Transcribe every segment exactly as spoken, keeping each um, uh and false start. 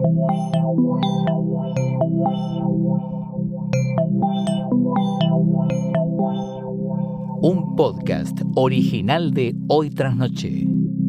Un podcast original de Hoy Tras Noche.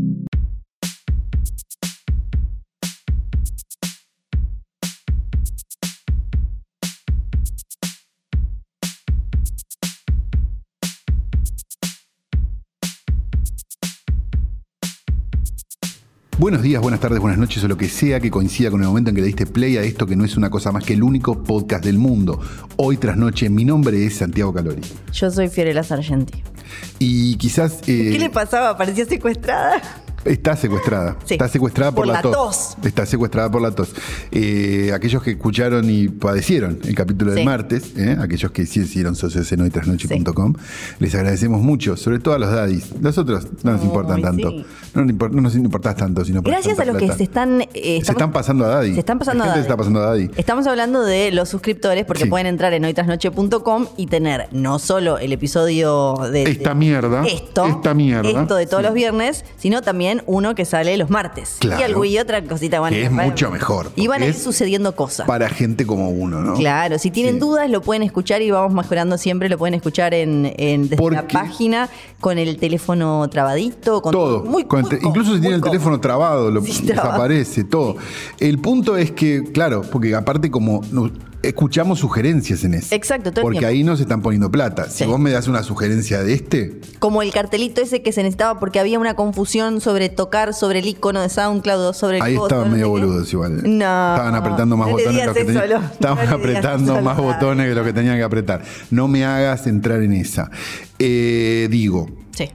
Buenos días, buenas tardes, buenas noches o lo que sea que coincida con el momento en que le diste play a esto que no es una cosa más que el único podcast del mundo. Hoy Tras Noche, mi nombre es Santiago Calori. Yo soy Fiorella Sargenti. Y quizás... Eh, ¿Qué le pasaba? ¿Parecía secuestrada? Está secuestrada. Sí. Está secuestrada por, por la, la tos. tos. Está secuestrada por la tos. Eh, aquellos que escucharon y padecieron el capítulo del sí. martes, eh, aquellos que sí hicieron socios en hoy tras noche punto com, sí. les agradecemos mucho, sobre todo a los daddies. Los otros no nos Uy, importan tanto. Sí. No, nos no nos importás tanto. Sino Gracias a los plata. que se están... Eh, estamos, se están pasando a daddy. Se están pasando la a gente daddy. se está pasando a daddy. Estamos hablando de los suscriptores porque sí. pueden entrar en hoy tras noche punto com y tener no solo el episodio de... Esta de mierda. Esto. Esta mierda. Esto de todos sí. los viernes, sino también uno que sale los martes. Claro. Y algo y otra cosita. Bueno, que es para, mucho mejor. Y van a ir sucediendo cosas. Para gente como uno, ¿no? Claro, si tienen sí. dudas lo pueden escuchar y vamos mejorando siempre. Lo pueden escuchar en, en desde Porque la página con el teléfono trabadito. Con todo. Muy, con muy te, incluso si tienen el teléfono trabado, lo, sí, desaparece todo. El punto es que, claro, porque aparte como... No, escuchamos sugerencias en eso. Exacto, todo el Porque tiempo. ahí nos están poniendo plata. Sí. Si vos me das una sugerencia de este... Como el cartelito ese que se necesitaba porque había una confusión sobre tocar sobre el icono de SoundCloud o sobre el Ahí coso, estaban no medio sé boludos igual. No. Estaban apretando más no botones de los que tenían. Solo. Estaban no apretando más solo. botones de lo que tenían que apretar. No me hagas entrar en esa. Eh, digo... Sí.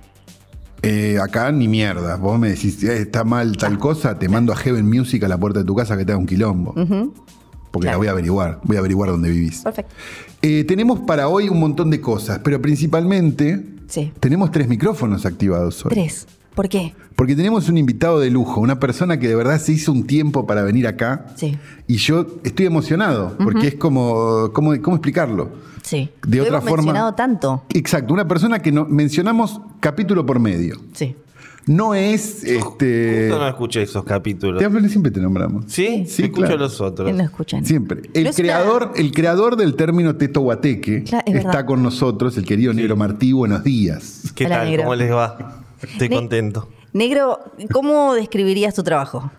Eh, acá ni mierda. Vos me decís, eh, está mal tal cosa, te mando a Heaven Music a la puerta de tu casa que te haga un quilombo. Uh-huh. Porque claro. la voy a averiguar. Voy a averiguar dónde vivís. Perfecto. Eh, tenemos para hoy un montón de cosas, pero principalmente sí. tenemos tres micrófonos activados hoy. Tres. ¿Por qué? Porque tenemos un invitado de lujo, una persona que de verdad se hizo un tiempo para venir acá. Sí. Y yo estoy emocionado, porque uh-huh. es como, ¿cómo, ¿cómo explicarlo? Sí. De Lo otra hemos forma. mencionado tanto. Exacto, una persona que no, mencionamos capítulo por medio. Sí. No es este. Yo no escuché esos capítulos. Te hablo, siempre te nombramos. ¿Sí? Sí, escucho claro. los otros. ¿Quién no escuchan? Siempre. El creador, el creador del término teto guateque claro, está verdad. con nosotros, el querido sí. Negro Martí. Buenos días. ¿Qué Hola, tal? Negro. ¿Cómo les va? Estoy ne- contento. Negro, ¿cómo describirías tu trabajo?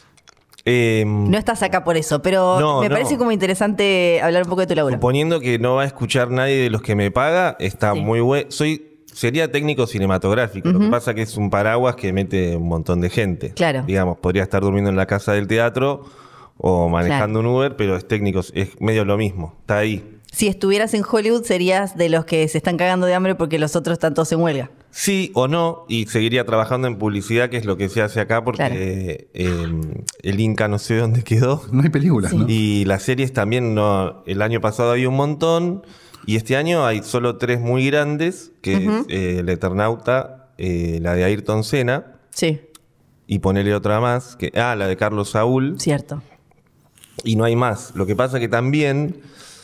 Eh, no estás acá por eso, pero no, me no. parece como interesante hablar un poco de tu laburo. Suponiendo que no va a escuchar nadie de los que me paga, está sí. muy bueno. Soy Sería técnico cinematográfico. Uh-huh. Lo que pasa es que es un paraguas que mete un montón de gente. Claro. Digamos, podría estar durmiendo en la casa del teatro o manejando claro. un Uber, pero es técnico, es medio lo mismo. Está ahí. Si estuvieras en Hollywood, serías de los que se están cagando de hambre porque los otros están todos en huelga. Sí o no, y seguiría trabajando en publicidad, que es lo que se hace acá, porque claro. eh, eh, el Inca no sé dónde quedó. No hay películas, sí. ¿no? Y las series también no. El año pasado había un montón. Y este año hay solo tres muy grandes, que uh-huh. es eh, El Eternauta, eh, la de Ayrton Senna. Sí. Y ponerle otra más, que ah, la de Carlos Saúl. Cierto. Y no hay más. Lo que pasa que también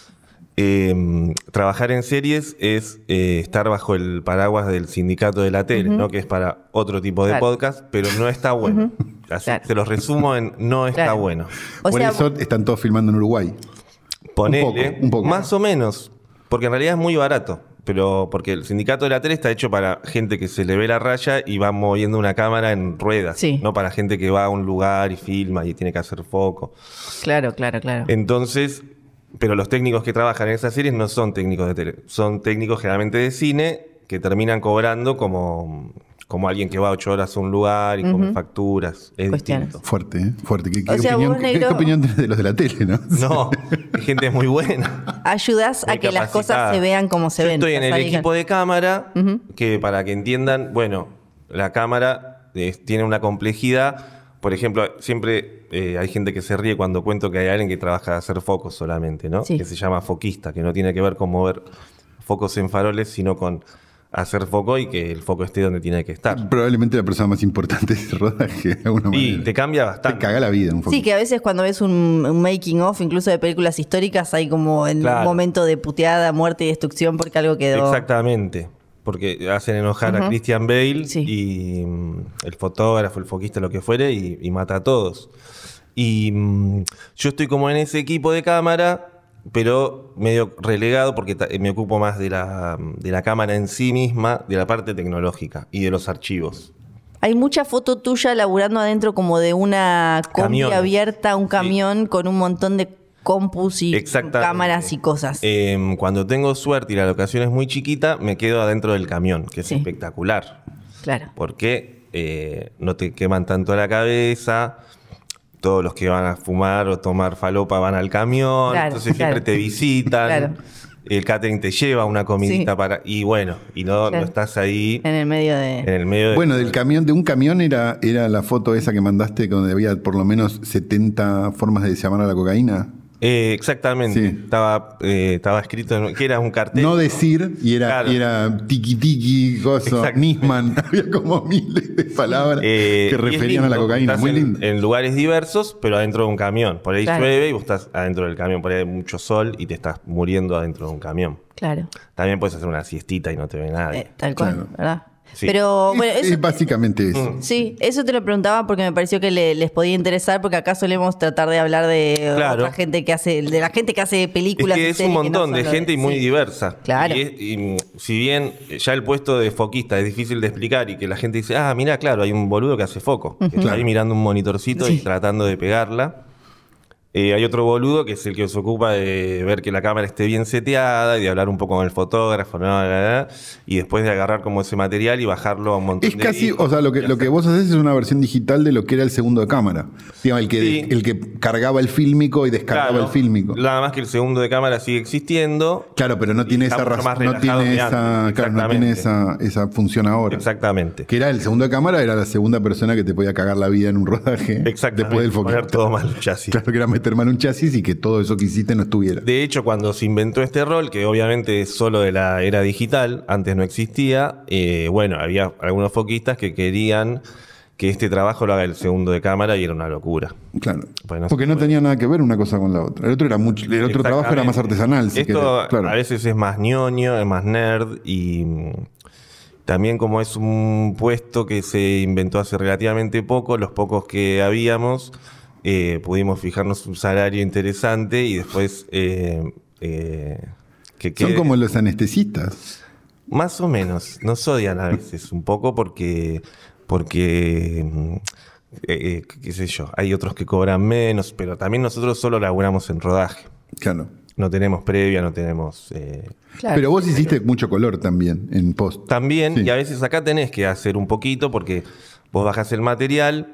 eh, trabajar en series es eh, estar bajo el paraguas del sindicato de la tele, uh-huh. ¿no? Que es para otro tipo de claro. podcast, pero no está bueno. Uh-huh. Así claro. te lo resumo en no está claro. bueno. O Por sea, eso están todos filmando en Uruguay. Ponele, un poco, un poco. Más o menos. Porque en realidad es muy barato, pero porque el sindicato de la tele está hecho para gente que se le ve la raya y va moviendo una cámara en ruedas, sí. no para gente que va a un lugar y filma y tiene que hacer foco. Claro, claro, claro. Entonces, pero los técnicos que trabajan en esas series no son técnicos de tele, son técnicos generalmente de cine que terminan cobrando como... como alguien que va ocho horas a un lugar y uh-huh. come facturas. Es Cuestiones. distinto. Fuerte, ¿eh? Fuerte. ¿Qué, qué, o sea, opinión, vos, ¿qué, negro, ¿Qué opinión tenés de los de la tele, no? No, hay gente muy buena. Ayudas a que capacitada. las cosas se vean como se Yo ven. estoy en el salgan. equipo de cámara, uh-huh. que para que entiendan, bueno, la cámara eh, tiene una complejidad. Por ejemplo, siempre eh, hay gente que se ríe cuando cuento que hay alguien que trabaja de hacer focos solamente, ¿no? Sí. Que se llama foquista, que no tiene que ver con mover focos en faroles, sino con hacer foco y que el foco esté donde tiene que estar. Probablemente la persona más importante de ese rodaje, de alguna manera. Y te cambia bastante. Te caga la vida un poco. Sí, que a veces cuando ves un, un making of, incluso de películas históricas, hay como en Claro. un momento de puteada, muerte y destrucción porque algo quedó... Exactamente. Porque hacen enojar Uh-huh. a Christian Bale Sí. y mm, el fotógrafo, el foquista, lo que fuere, y, y mata a todos. Y mmm, yo estoy como en ese equipo de cámara, pero medio relegado porque ta- me ocupo más de la, de la cámara en sí misma, de la parte tecnológica y de los archivos. Hay mucha foto tuya laburando adentro como de una combi Camiones. abierta, un camión Sí. con un montón de compus y Exactamente. cámaras y cosas. Eh, cuando tengo suerte y la locación es muy chiquita, me quedo adentro del camión, que es Sí. espectacular. Claro. Porque eh, no te queman tanto la cabeza. Todos los que van a fumar o tomar falopa van al camión. Claro, entonces claro. siempre te visitan. Claro. El catering te lleva una comidita Sí. para... Y bueno, y no, Claro. no estás ahí En el medio de... en el medio de... Bueno, del camión, de un camión era, era la foto esa que mandaste donde había por lo menos setenta formas de llamar a la cocaína. Eh, exactamente. Sí. Estaba, eh, estaba escrito en- que era un cartel. No decir, y era, Claro. y era tiki tiki, gozo, Exacto. Nisman. Había como miles de palabras Eh, que y es referían a la lindo, cocaína. estás Muy en, lindo. en lugares diversos, pero adentro de un camión. Por ahí Claro. llueve y vos estás adentro del camión. Por ahí hay mucho sol y te estás muriendo adentro de un camión. Claro. También puedes hacer una siestita y no te ve nadie. Eh, tal cual, Claro. ¿verdad? Sí. Pero bueno, es, eso, es básicamente Mm. eso. sí, eso te lo preguntaba porque me pareció que le- les podía interesar, porque acá solemos tratar de hablar de Claro. otra gente que hace, de la gente que hace Es películas. que y es un series que no montón son de lo gente y muy sí. diversa. Claro. Y, es- y, mm, si bien ya el puesto de foquista es difícil de explicar y que la gente dice, ah, mira, claro, hay un boludo que hace foco. Que está ahí mirando un monitorcito y Sí. tratando de pegarla. Eh, hay otro boludo que es el que se ocupa de ver que la cámara esté bien seteada y de hablar un poco con el fotógrafo, ¿no? Bla, bla, bla, y después de agarrar como ese material y bajarlo a un montón Es de casi, discos o sea, lo que, y lo que hacer- vos haces es una versión digital de lo que era el segundo de cámara. Digamos, el que, Sí. el que cargaba el fílmico y descargaba Claro, el fílmico. Nada más que el segundo de cámara sigue existiendo. Claro, pero no Y tiene está esa mucho más razón, no relajado tiene que esa, antes, claro, no tiene esa, exactamente. esa función ahora. Exactamente. Que era el segundo de cámara, era la segunda persona que te podía cagar la vida en un rodaje. Exactamente. Después del Poner foquista. todo mal el chasis. Claro, que era meter mal un chasis y que todo eso que hiciste no estuviera. De hecho, cuando se inventó este rol, que obviamente es solo de la era digital, antes no existía, eh, bueno, había algunos foquistas que querían que este trabajo lo haga el segundo de cámara y era una locura. Claro. Pues no Porque se no puede. tenía nada que ver una cosa con la otra. El otro era mucho, el otro trabajo era más artesanal. Si Esto querés. Claro. a veces es más ñoño, es más nerd y mm, también como es un puesto que se inventó hace relativamente poco, los pocos que habíamos, eh, pudimos fijarnos un salario interesante y después eh, eh, que Son quede- como los anestesistas. Más o menos, nos odian a veces un poco porque, porque mm, eh, eh, qué sé yo, hay otros que cobran menos, pero también nosotros solo laburamos en rodaje. Claro. No tenemos previa, no tenemos... eh, Claro. Pero vos hiciste mucho color también en post. También, Sí. y a veces acá tenés que hacer un poquito porque vos bajás el material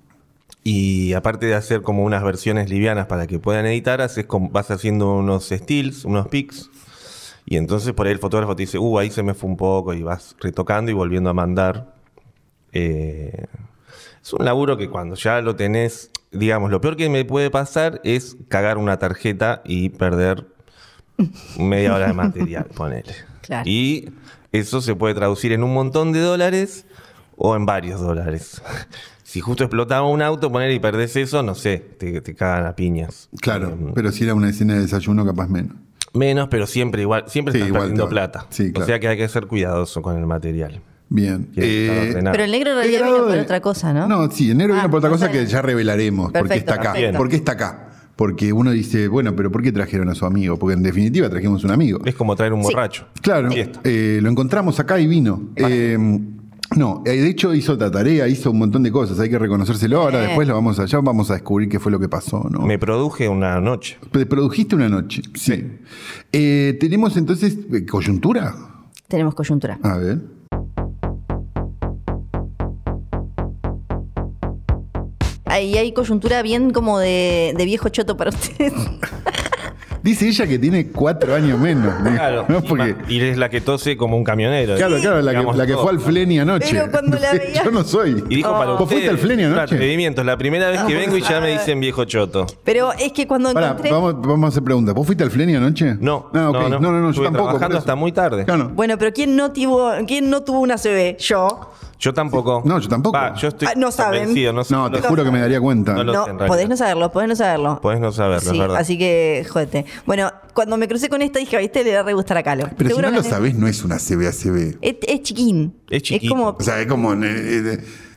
y aparte de hacer como unas versiones livianas para que puedan editar, haces como- vas haciendo unos stills, unos pics, y entonces por ahí el fotógrafo te dice, uh, ahí se me fue un poco, y vas retocando y volviendo a mandar. Eh, es un laburo que cuando ya lo tenés, digamos, lo peor que me puede pasar es cagar una tarjeta y perder media hora de material, ponele. Claro. Y eso se puede traducir en un montón de dólares o en varios dólares. Si justo explotaba un auto, poner y perdés eso, no sé, te, te cagan a piñas. Claro, Eh, pero si era una escena de desayuno, capaz menos. menos, pero siempre igual, siempre Sí, estás igual perdiendo te va. plata. Sí, claro. O sea que hay que ser cuidadoso con el material. Bien. Tiene que estar Eh, ordenado. Pero el negro en ¿qué realidad grado vino por de- otra cosa, ¿no? No, sí, enero Ah, vino por otra cosa está que bien. ya revelaremos. ¿Por qué Perfecto, está acá? perfecto. ¿Por qué está acá? Porque uno dice, bueno, pero ¿por qué trajeron a su amigo? Porque en definitiva trajimos un amigo. Es como traer un Sí. borracho. Claro, Fiesta. eh, lo encontramos acá y vino. Eh, no, eh, de hecho hizo otra tarea, hizo un montón de cosas, hay que reconocérselo. Ahora Eh. después lo vamos allá, vamos a descubrir qué fue lo que pasó, ¿no? Me produje una noche. Te produjiste una noche, sí. Eh, tenemos entonces eh, coyuntura. Tenemos coyuntura. A ver. Ahí hay coyuntura bien como de, de viejo choto para ustedes. Dice ella que tiene cuatro años menos. Claro. ¿no? y, Porque, ma- y es la que tose como un camionero. claro, claro, la que, Digamos la que todo. fue al Fleni anoche. Pero cuando la veía- Yo no soy. Y dijo para ¿Vos ustedes, fuiste al Fleni claro, anoche? atrevimientos, la primera vez que Ah, vengo y ya me ah. dicen viejo choto. Pero es que cuando Pará, encontré... vamos, vamos a hacer preguntas. ¿Vos fuiste al Fleni anoche? No, Ah, ok. no, no. no, no, no, yo Estuve tampoco. por trabajando eso. hasta muy tarde. Claro. Bueno, pero ¿quién no tuvo, quién no tuvo una C B? Yo. Yo tampoco. No, yo tampoco. Va, yo estoy Ah, no saben. convencido, no, sé- No, te no- juro que me daría cuenta. No lo No, sé, en realidad. podés no saberlo, podés no saberlo. Podés no saberlo, Sí, es verdad. así que jódete. Bueno, cuando me crucé con esta dije, viste, le va a re gustar a Calo. Pero Seguro si no lo que- sabés, no es una C B A C B. Es, es chiquín. Es chiquito. como... O sea, es como. eh, eh,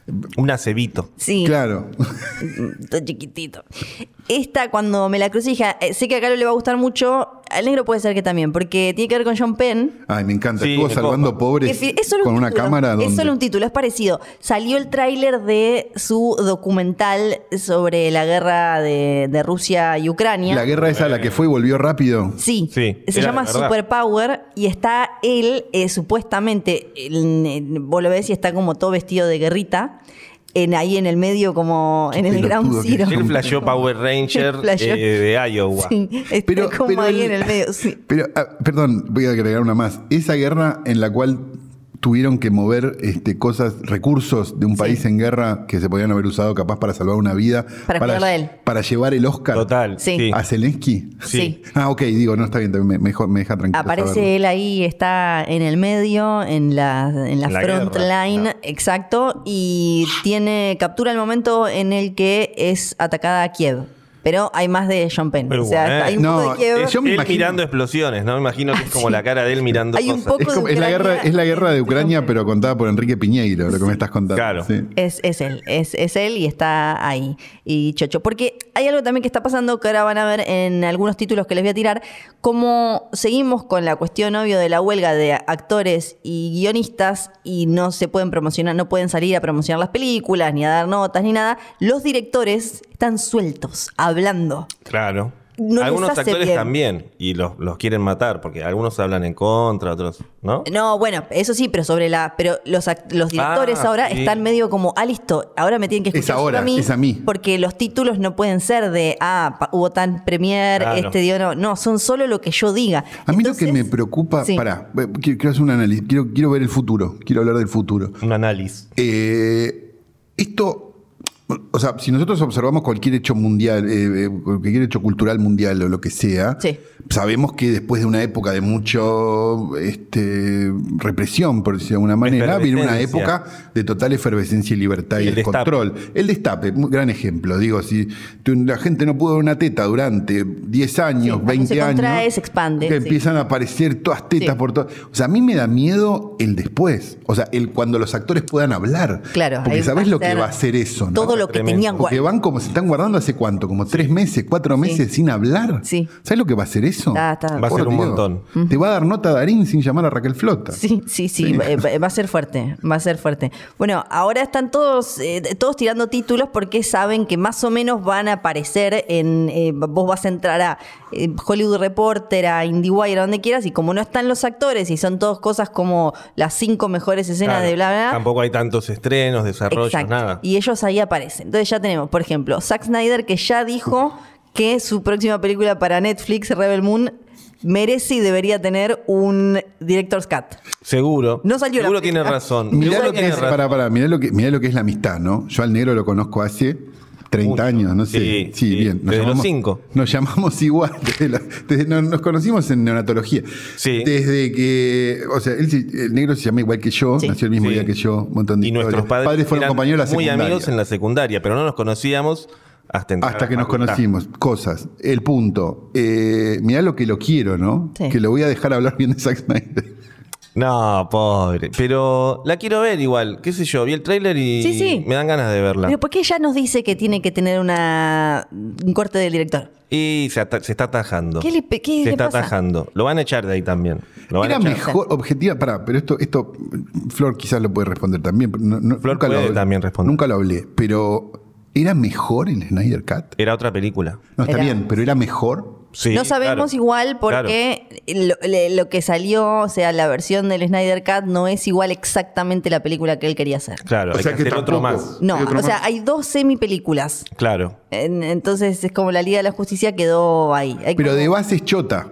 Un acebito. Sí. Claro. Todo chiquitito. Esta, cuando me la crucé, dije, eh, sé que a Caro le va a gustar mucho. Al negro puede ser que también, porque tiene que ver con Sean Penn. Ay, me encanta. Sí, Estuvo me salvando copa. pobres Es, es solo con un una título, cámara. Es donde... solo un título, es parecido. Salió el tráiler de su documental sobre la guerra de, de Rusia y Ucrania. La guerra esa, la que fue y volvió rápido. Sí, Sí, se era llama de verdad. Superpower y está él, eh, supuestamente, el- el- vos lo ves y está como todo vestido de guerrita, en, ahí en el medio como en el pelotudo Ground que Zero. es. Él flasheó Power Ranger Flasheó. eh, de Iowa. Sí, está Pero, como pero ahí el- en el medio, sí. Pero, ah, perdón, voy a agregar una más. Esa guerra en la cual tuvieron que mover este, cosas, recursos de un Sí. país en guerra que se podían haber usado capaz para salvar una vida. Para cuidarlo a él. Para llevar el Oscar Total. Sí. Sí. a Zelensky. Sí. Ah, ok, digo, no está bien, también me, me, me deja tranquilo. Aparece saberlo. él ahí, está en el medio, en la, en la La front guerra, line, claro. exacto, y tiene captura el momento en el que es atacada a Kiev. Pero hay más de Sean Penn. Muy o sea, bueno. hay un No, poco de Kiev. eh, yo me Él imagino- mirando explosiones, ¿no? Me imagino que es como la cara de él mirando Hay un cosas. poco- Es, como- de es la Ucrania. guerra, es la guerra de Ucrania, pero contada por Enrique Piñeiro, lo que me estás contando. Claro. Sí. Es, es él, es, es él y está ahí. Y chocho. Porque hay algo también que está pasando que ahora van a ver en algunos títulos que les voy a tirar, como seguimos con la cuestión, obvio, de la huelga de actores y guionistas y no se pueden promocionar, no pueden salir a promocionar las películas, ni a dar notas, ni nada. Los directores están sueltos, hablando. Claro. No les algunos hace actores bien. también, y los, los quieren matar, porque algunos hablan en contra, otros, ¿no? No, bueno, eso sí, pero sobre la. Pero los, act- los directores Ah, ahora sí. están medio como, ah, listo, ahora me tienen que Es escuchar ahora, solo a mí. es a mí. Porque los títulos no pueden ser de, ah, pa- hubo tan premier, Claro. este dio no. No, son solo lo que yo diga. A mí lo Entonces, que me preocupa, sí. pará, eh, quiero, quiero hacer un análisis, quiero, quiero ver el futuro, quiero hablar del futuro. Un análisis. Eh, esto, o sea, si nosotros observamos cualquier hecho mundial, eh, eh, cualquier hecho cultural mundial o lo que sea, Sí. sabemos que después de una época de mucho este, represión, por decirlo de alguna manera, viene una Efervescencia. época de total efervescencia y libertad y El destape. control. El destape, un gran ejemplo. Digo, si tu- la gente no pudo ver una teta durante diez años, Sí, cuando veinte se contrae, años, se expande, que sí. empiezan a aparecer todas tetas Sí. por todo. O sea, a mí me da miedo el después. O sea, el cuando los actores puedan hablar. Claro, Porque ahí sabés va a lo que ser va a hacer eso, ¿no? Todo lo que Tremendo. tenían Porque guardado. van como se están guardando hace cuánto, como tres meses, cuatro meses sin hablar. Sí. ¿Sabes lo que va a hacer eso? Está- está- Va a ser Por un Dios. montón. Te va a dar nota Darín sin llamar a Raquel Flota. Sí, sí, sí, Sí. Va, va- va a ser fuerte, va a ser fuerte. Bueno, ahora están todos, eh, todos tirando títulos porque saben que más o menos van a aparecer en, eh, vos vas a entrar a eh, Hollywood Reporter, a IndieWire, a donde quieras, y como no están los actores y son todas cosas como las cinco mejores escenas Claro. de bla, bla, bla. Tampoco hay tantos estrenos, desarrollos, Exacto. nada. Y ellos ahí aparecen. Entonces ya tenemos, por ejemplo, Zack Snyder que ya dijo que su próxima película para Netflix, Rebel Moon, merece y debería tener un Director's Cut. Seguro. No salió la Seguro tiene película. razón. Mirá Seguro lo, que tiene es, razón. pará, pará, mirá lo que, mirá lo que es la amistad, ¿no? Yo al negro lo conozco hace treinta Mucho. años, no sé. Sí, Sí, sí, bien. desde los cinco. Nos llamamos igual. Desde la- desde- no- nos conocimos en neonatología. Sí. Desde que, o sea, él, se- el negro se llama igual que yo, Sí. nació el mismo Sí. día que yo, un montón de Y nuestros historias. padres, fueron eran compañeros de la muy secundaria. amigos en la secundaria, pero no nos conocíamos hasta entrar Hasta a que la nos facultad. conocimos. Cosas. El punto. Eh, mirá lo que lo quiero, ¿no? Sí. Que lo voy a dejar hablar bien de Zack Snyder. No, pobre. Pero la quiero ver igual. ¿Qué sé yo? Vi el tráiler y Sí, sí. me dan ganas de verla. Pero ¿por qué ella nos dice que tiene que tener una un corte del director? Y se, ata- se está atajando. ¿Qué le pe- qué se le está pasa? atajando. Lo van a echar de ahí también. Lo van Era a echar. mejor, objetiva, pará, pero esto, esto, Flor quizás lo puede responder también. pero no- no- Flor nunca lo puede hablé. también responder. Nunca lo hablé, pero ¿era mejor el Snyder Cut? Era otra película. No, está Era- bien, pero ¿era mejor? Sí, no sabemos claro. igual porque lo, le- lo que salió, o sea, la versión del Snyder Cut no es igual exactamente la película que él quería hacer. Claro, O hay sea que que hacer otro tampoco- más. No, Hay otro o sea, más. hay dos semi-películas. Claro. En- Entonces es como la Liga de la Justicia quedó ahí. Hay Pero como- de base es chota.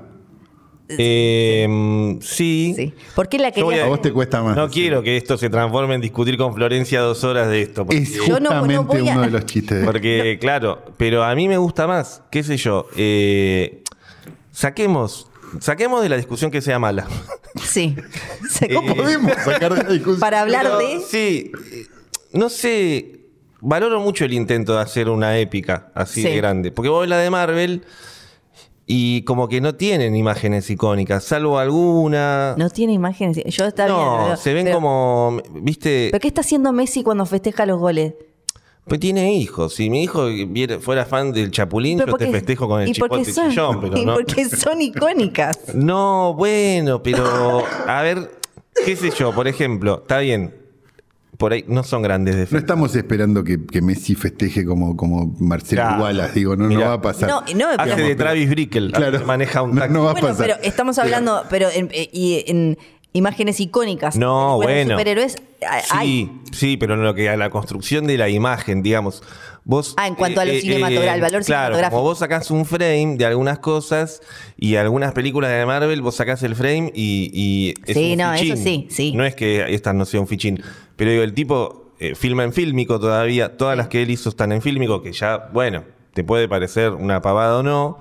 Eh, sí. Sí. ¿Por qué la Yo voy quería A a- vos te cuesta más. No quiero que esto se transforme en discutir con Florencia dos horas de esto. Porque, Es Yo no- no justamente voy a- uno de los chistes. de- porque, claro, pero a mí me gusta más. ¿Qué sé yo? Eh, saquemos, saquemos de la discusión que sea mala. Sí. Se- Eh, Podemos sacar de la discusión. Para hablar Pero, de... Sí, eh, no sé. Valoro mucho el intento de hacer una épica así Sí. de grande. Porque vos ves la de Marvel y como que no tienen imágenes icónicas, salvo alguna. No tiene imágenes. Yo está No, bien. se ven pero- como, ¿viste? ¿Pero qué está haciendo Messi cuando festeja los goles? Pues tiene hijos. Si mi hijo viera- fuera fan del Chapulín, Pero yo te porque- festejo con el y porque chipote son- chillón, pero y no. porque son icónicas. No, bueno, pero a ver, qué sé yo, por ejemplo, está bien. Por ahí no son grandes No defensas. estamos esperando que, que Messi festeje como, como Marcelo Claro. Wallace, digo, no, Mirá. no va a pasar. No, no, Hace pero- de Travis Brickel, Claro. maneja un No, taxi. no va a Bueno, pasar. pero estamos hablando, pero en, eh, y en imágenes icónicas. No, películas de bueno. Superhéroes. ah, hay. Sí, sí, pero en lo que a la construcción de la imagen, digamos, vos... Ah, en cuanto a lo cinematográfico, al valor claro, cinematográfico. como vos sacás un frame de algunas cosas y algunas películas de Marvel, vos sacás el frame y, y es Sí, un no, eso fichín. sí, sí. No es que esta no sea un fichín, pero digo, el tipo eh, filma en fílmico todavía, todas las que él hizo están en fílmico, que ya, bueno, te puede parecer una pavada o no,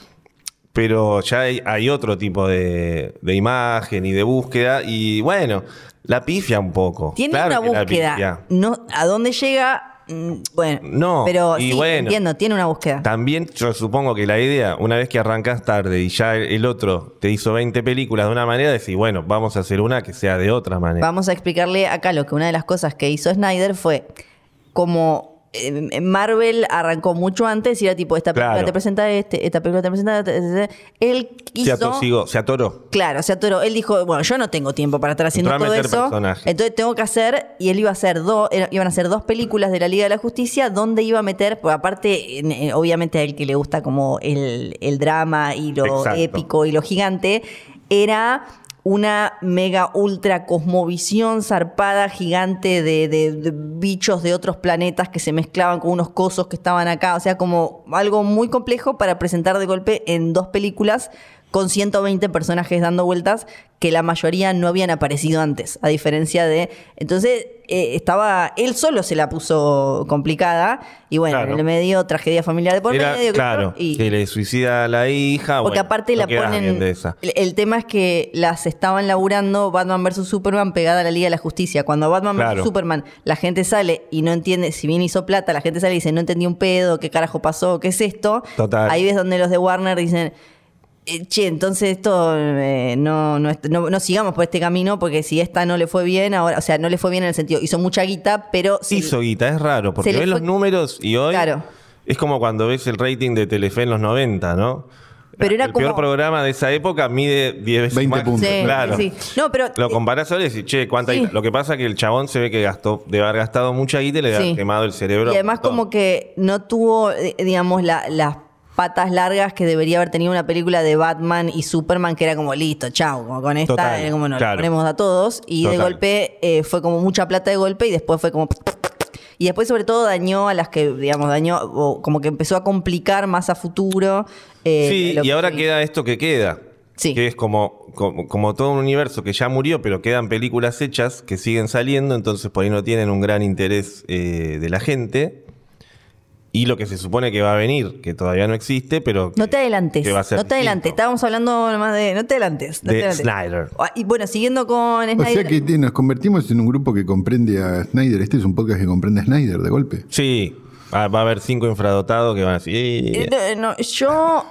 pero ya hay, hay otro tipo de, de imagen y de búsqueda y bueno, la pifia un poco. Tiene Claro una que la búsqueda. pifia. No, ¿a dónde llega? Mm, Bueno, No, pero y sí, bueno. entiendo, tiene una búsqueda. También yo supongo que la idea, una vez que arrancas tarde y ya el, el otro te hizo veinte películas de una manera, decís, bueno, vamos a hacer una que sea de otra manera. Vamos a explicarle acá lo que una de las cosas que hizo Snyder fue como eh, Marvel arrancó mucho antes y era tipo, esta película Claro. te presenta este, esta película te presenta este. Él Se quiso... atosigó, se atoró. Claro, o sea, Toro, él dijo, bueno, yo no tengo tiempo para estar haciendo Entró a todo meter eso, personajes. entonces tengo que hacer, y él iba a hacer dos, era- iban a hacer dos películas de la Liga de la Justicia, donde iba a meter, pues aparte, en- en- obviamente a él que le gusta como el, el drama y lo Exacto. épico y lo gigante, era una mega ultra cosmovisión zarpada gigante de, de- de bichos de otros planetas que se mezclaban con unos cosos que estaban acá, o sea, como algo muy complejo para presentar de golpe en dos películas con ciento veinte personajes dando vueltas que la mayoría no habían aparecido antes, a diferencia de... Entonces, eh, estaba... Él solo se la puso complicada y bueno, Claro. en el medio, tragedia familiar de por Era, medio. qué sé yo, claro, y- que le suicida a la hija. porque bueno, aparte no la quedás ponen... bien de esa. El, el tema es que las estaban laburando Batman versus Superman pegada a la Liga de la Justicia. Cuando Batman Claro. versus Superman la gente sale y no entiende, si bien hizo plata, la gente sale y dice, no entendí un pedo, qué carajo pasó, qué es esto. Total. Ahí ves donde los de Warner dicen... eh, Che, entonces esto eh, no, no, est- no, no sigamos por este camino porque si esta no le fue bien, ahora, o sea, no le fue bien en el sentido, hizo mucha guita, pero sí, Hizo guita, es raro, porque se le ves los fue- números y hoy Claro. es como cuando ves el rating de Telefe en los noventa, ¿no? Pero era el peor como- programa de esa época mide diez veces veinte más. puntos. Sí, Claro. sí. No, pero Lo comparás ahora y decís, che, ¿cuánta Sí. guita? Lo que pasa es que el chabón se ve que gastó, debe haber gastado mucha guita y le debe Sí. haber quemado el cerebro. Y además un montón. como que no tuvo, eh, digamos, la- las patas largas que debería haber tenido una película de Batman y Superman, que era como listo, chau, como con esta, Total, era como nos claro. la ponemos a todos. Y de Total. golpe eh, fue como mucha plata de golpe y después fue como... Y después sobre todo dañó a las que, digamos, dañó, o como que empezó a complicar más a futuro. eh, Sí, lo y que- ahora queda esto que queda. Sí. Que es como, como, como todo un universo que ya murió, pero quedan películas hechas que siguen saliendo, entonces por ahí no tienen un gran interés eh, de la gente. Y lo que se supone que va a venir, que todavía no existe, pero... No te adelantes, que va a ser no te adelantes. distinto. Estábamos hablando nomás de... No te adelantes. No De te adelantes. Snyder. Ah, Y bueno, siguiendo con O Snyder... sea que te- nos convertimos en un grupo que comprende a Snyder. Este es un podcast que comprende a Snyder de golpe. Sí, va va a haber cinco infradotados que van a decir... "Eh". Eh, no, yo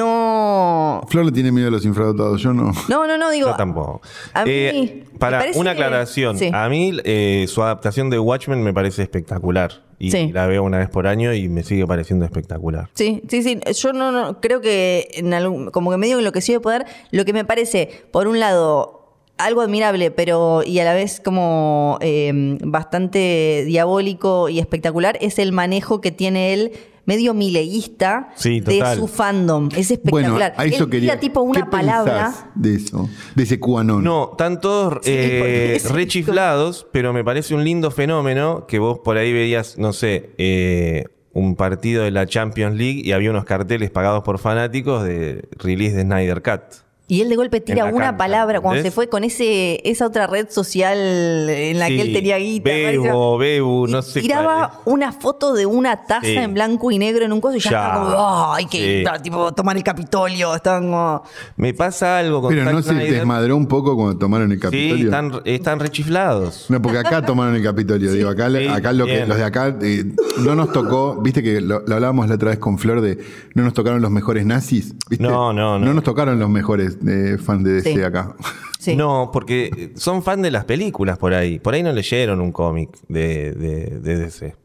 no... Flor le tiene miedo a los infradotados, yo no. No, no, no, digo... Yo tampoco. A mí Eh, me para parece una que- aclaración, sí. a mí eh, su adaptación de Watchmen me parece espectacular. Y Sí. la veo una vez por año y me sigue pareciendo espectacular. Sí, sí, sí. Yo no, no creo que en algún, como que medio enloquecido de poder, lo que me parece, por un lado, algo admirable, pero y a la vez como eh, bastante diabólico y espectacular, es el manejo que tiene él medio mileísta Sí, de total. su fandom. Es Bueno, espectacular. a eso Él quería. tira tipo una ¿Qué palabra. pensás de eso? De ese cuanón. No, están todos Sí, eh, porque es- re chiflados, pero me parece un lindo fenómeno que vos por ahí veías, no sé, eh, un partido de la Champions League y había unos carteles pagados por fanáticos de release de Snyder Cut. Y él de golpe tira En la una cancha, palabra cuando ¿entendés? se fue con ese esa otra red social en la Sí, que él tenía guita. Bebo, Bebu, y no sé tiraba cuál una foto de una taza Sí. en blanco y negro en un coso y ya, Ya. estaba como, "Ah, hay que Sí. ir a, tipo, tomar el Capitolio". Estaban como... Me pasa algo con Pero Zack no se Snyder. desmadró un poco cuando tomaron el Capitolio. Sí, están, están rechiflados. No, porque acá tomaron el Capitolio, digo, acá, sí, acá lo que, bien. los de acá eh, no nos tocó, viste que lo, lo hablábamos la otra vez con Flor de no nos tocaron los mejores nazis, ¿viste? No, no, no. No nos tocaron los mejores eh, fans de D C Sí. acá. Sí. No, porque son fan de las películas por ahí. Por ahí no leyeron un cómic de, de, de D C.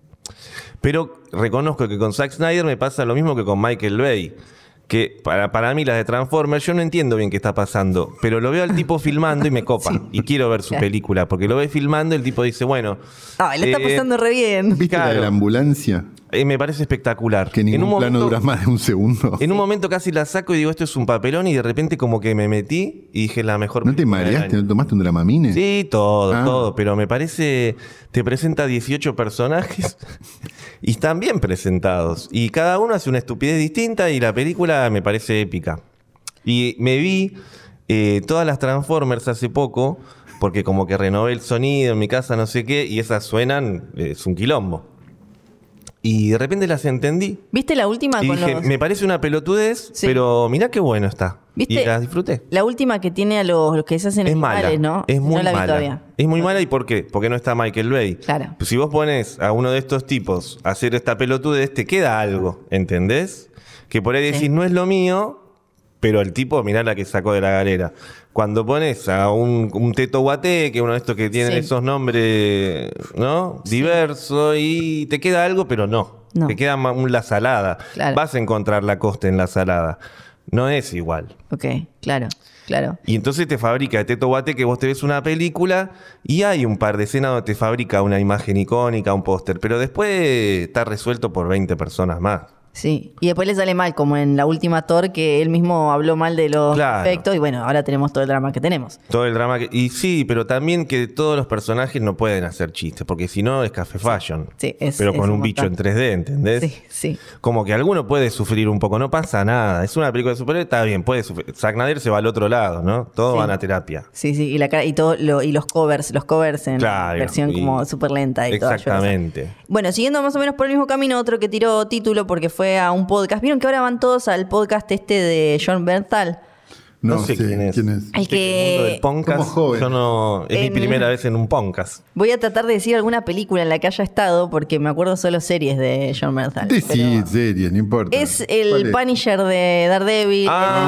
Pero reconozco que con Zack Snyder me pasa lo mismo que con Michael Bay. Que para, para mí las de Transformers, yo no entiendo bien qué está pasando, pero lo veo al tipo filmando y me copa. Y quiero ver su película, porque lo ve filmando y el tipo dice, bueno... Ah, le está eh, pasando re bien. ¿Viste la de Claro. la ambulancia? eh, me parece espectacular. Que ningún en un plano momento, dura más de un segundo. En un momento casi la saco y digo, esto es un papelón, y de repente como que me metí y dije, la mejor ¿No te película del mareaste? año. ¿No tomaste un Dramamine? Sí, todo, Ah. todo, pero me parece, te presenta dieciocho personajes y están bien presentados. Y cada uno hace una estupidez distinta y la película me parece épica. Y me vi eh, todas las Transformers hace poco, porque como que renové el sonido en mi casa, no sé qué, y esas suenan, eh, es un quilombo. Y de repente las entendí. ¿Viste la última Y con dije, los... me parece una pelotudez, Sí. pero mirá qué bueno está. ¿Viste? Y las disfruté. La última que tiene a los, los que se hacen Es animales, mala, ¿no? es muy no la vi mala. todavía. Es muy mala, ¿y por qué? Porque no está Michael Bay. Claro. Pues si vos pones a uno de estos tipos a hacer esta pelotudez, te queda algo, ¿entendés? Que por ahí decís, Sí. no es lo mío, pero el tipo, mirá la que sacó de la galera. Cuando pones a un, un Teto Guaté, que es uno de estos que tienen Sí. esos nombres, ¿no? Diverso, y te queda algo, pero no. No. Te queda ma- un la salada. Claro. Vas a encontrar la costa en la salada. No es igual. Ok, claro, claro. Y entonces te fabrica de Teto Guate que vos te ves una película y hay un par de escenas donde te fabrica una imagen icónica, un póster, pero después está resuelto por veinte personas más. Sí, y después le sale mal, como en la última Thor, que él mismo habló mal de los Claro. efectos, y bueno, ahora tenemos todo el drama que tenemos. Todo el drama que... Y sí, pero también que todos los personajes no pueden hacer chistes, porque si no es café fashion. Sí, es- pero es con un un bicho en montón. tres D, ¿entendés? Sí, sí. Como que alguno puede sufrir un poco, no pasa nada. Es una película de superhéroes, está bien, puede sufrir. Zack Snyder se va al otro lado, ¿no? Todos Sí. van a terapia. Sí, sí, y, la, cara- y, todo lo, y los covers, los covers en Claro, versión y- como súper lenta y todo. Exactamente. Bueno, siguiendo más o menos por el mismo camino, otro que tiró título porque fue a un podcast. ¿Vieron que ahora van todos al podcast este de John Bernthal? No, No sé sé quién es. El El mundo del que... podcast, Como joven. yo no... Es mi En- primera vez en un podcast. Voy a tratar de decir alguna película en la que haya estado porque me acuerdo solo series de John Bernthal. De sí, pero- series, no importa. Es ¿Cuál el es? Punisher de Daredevil.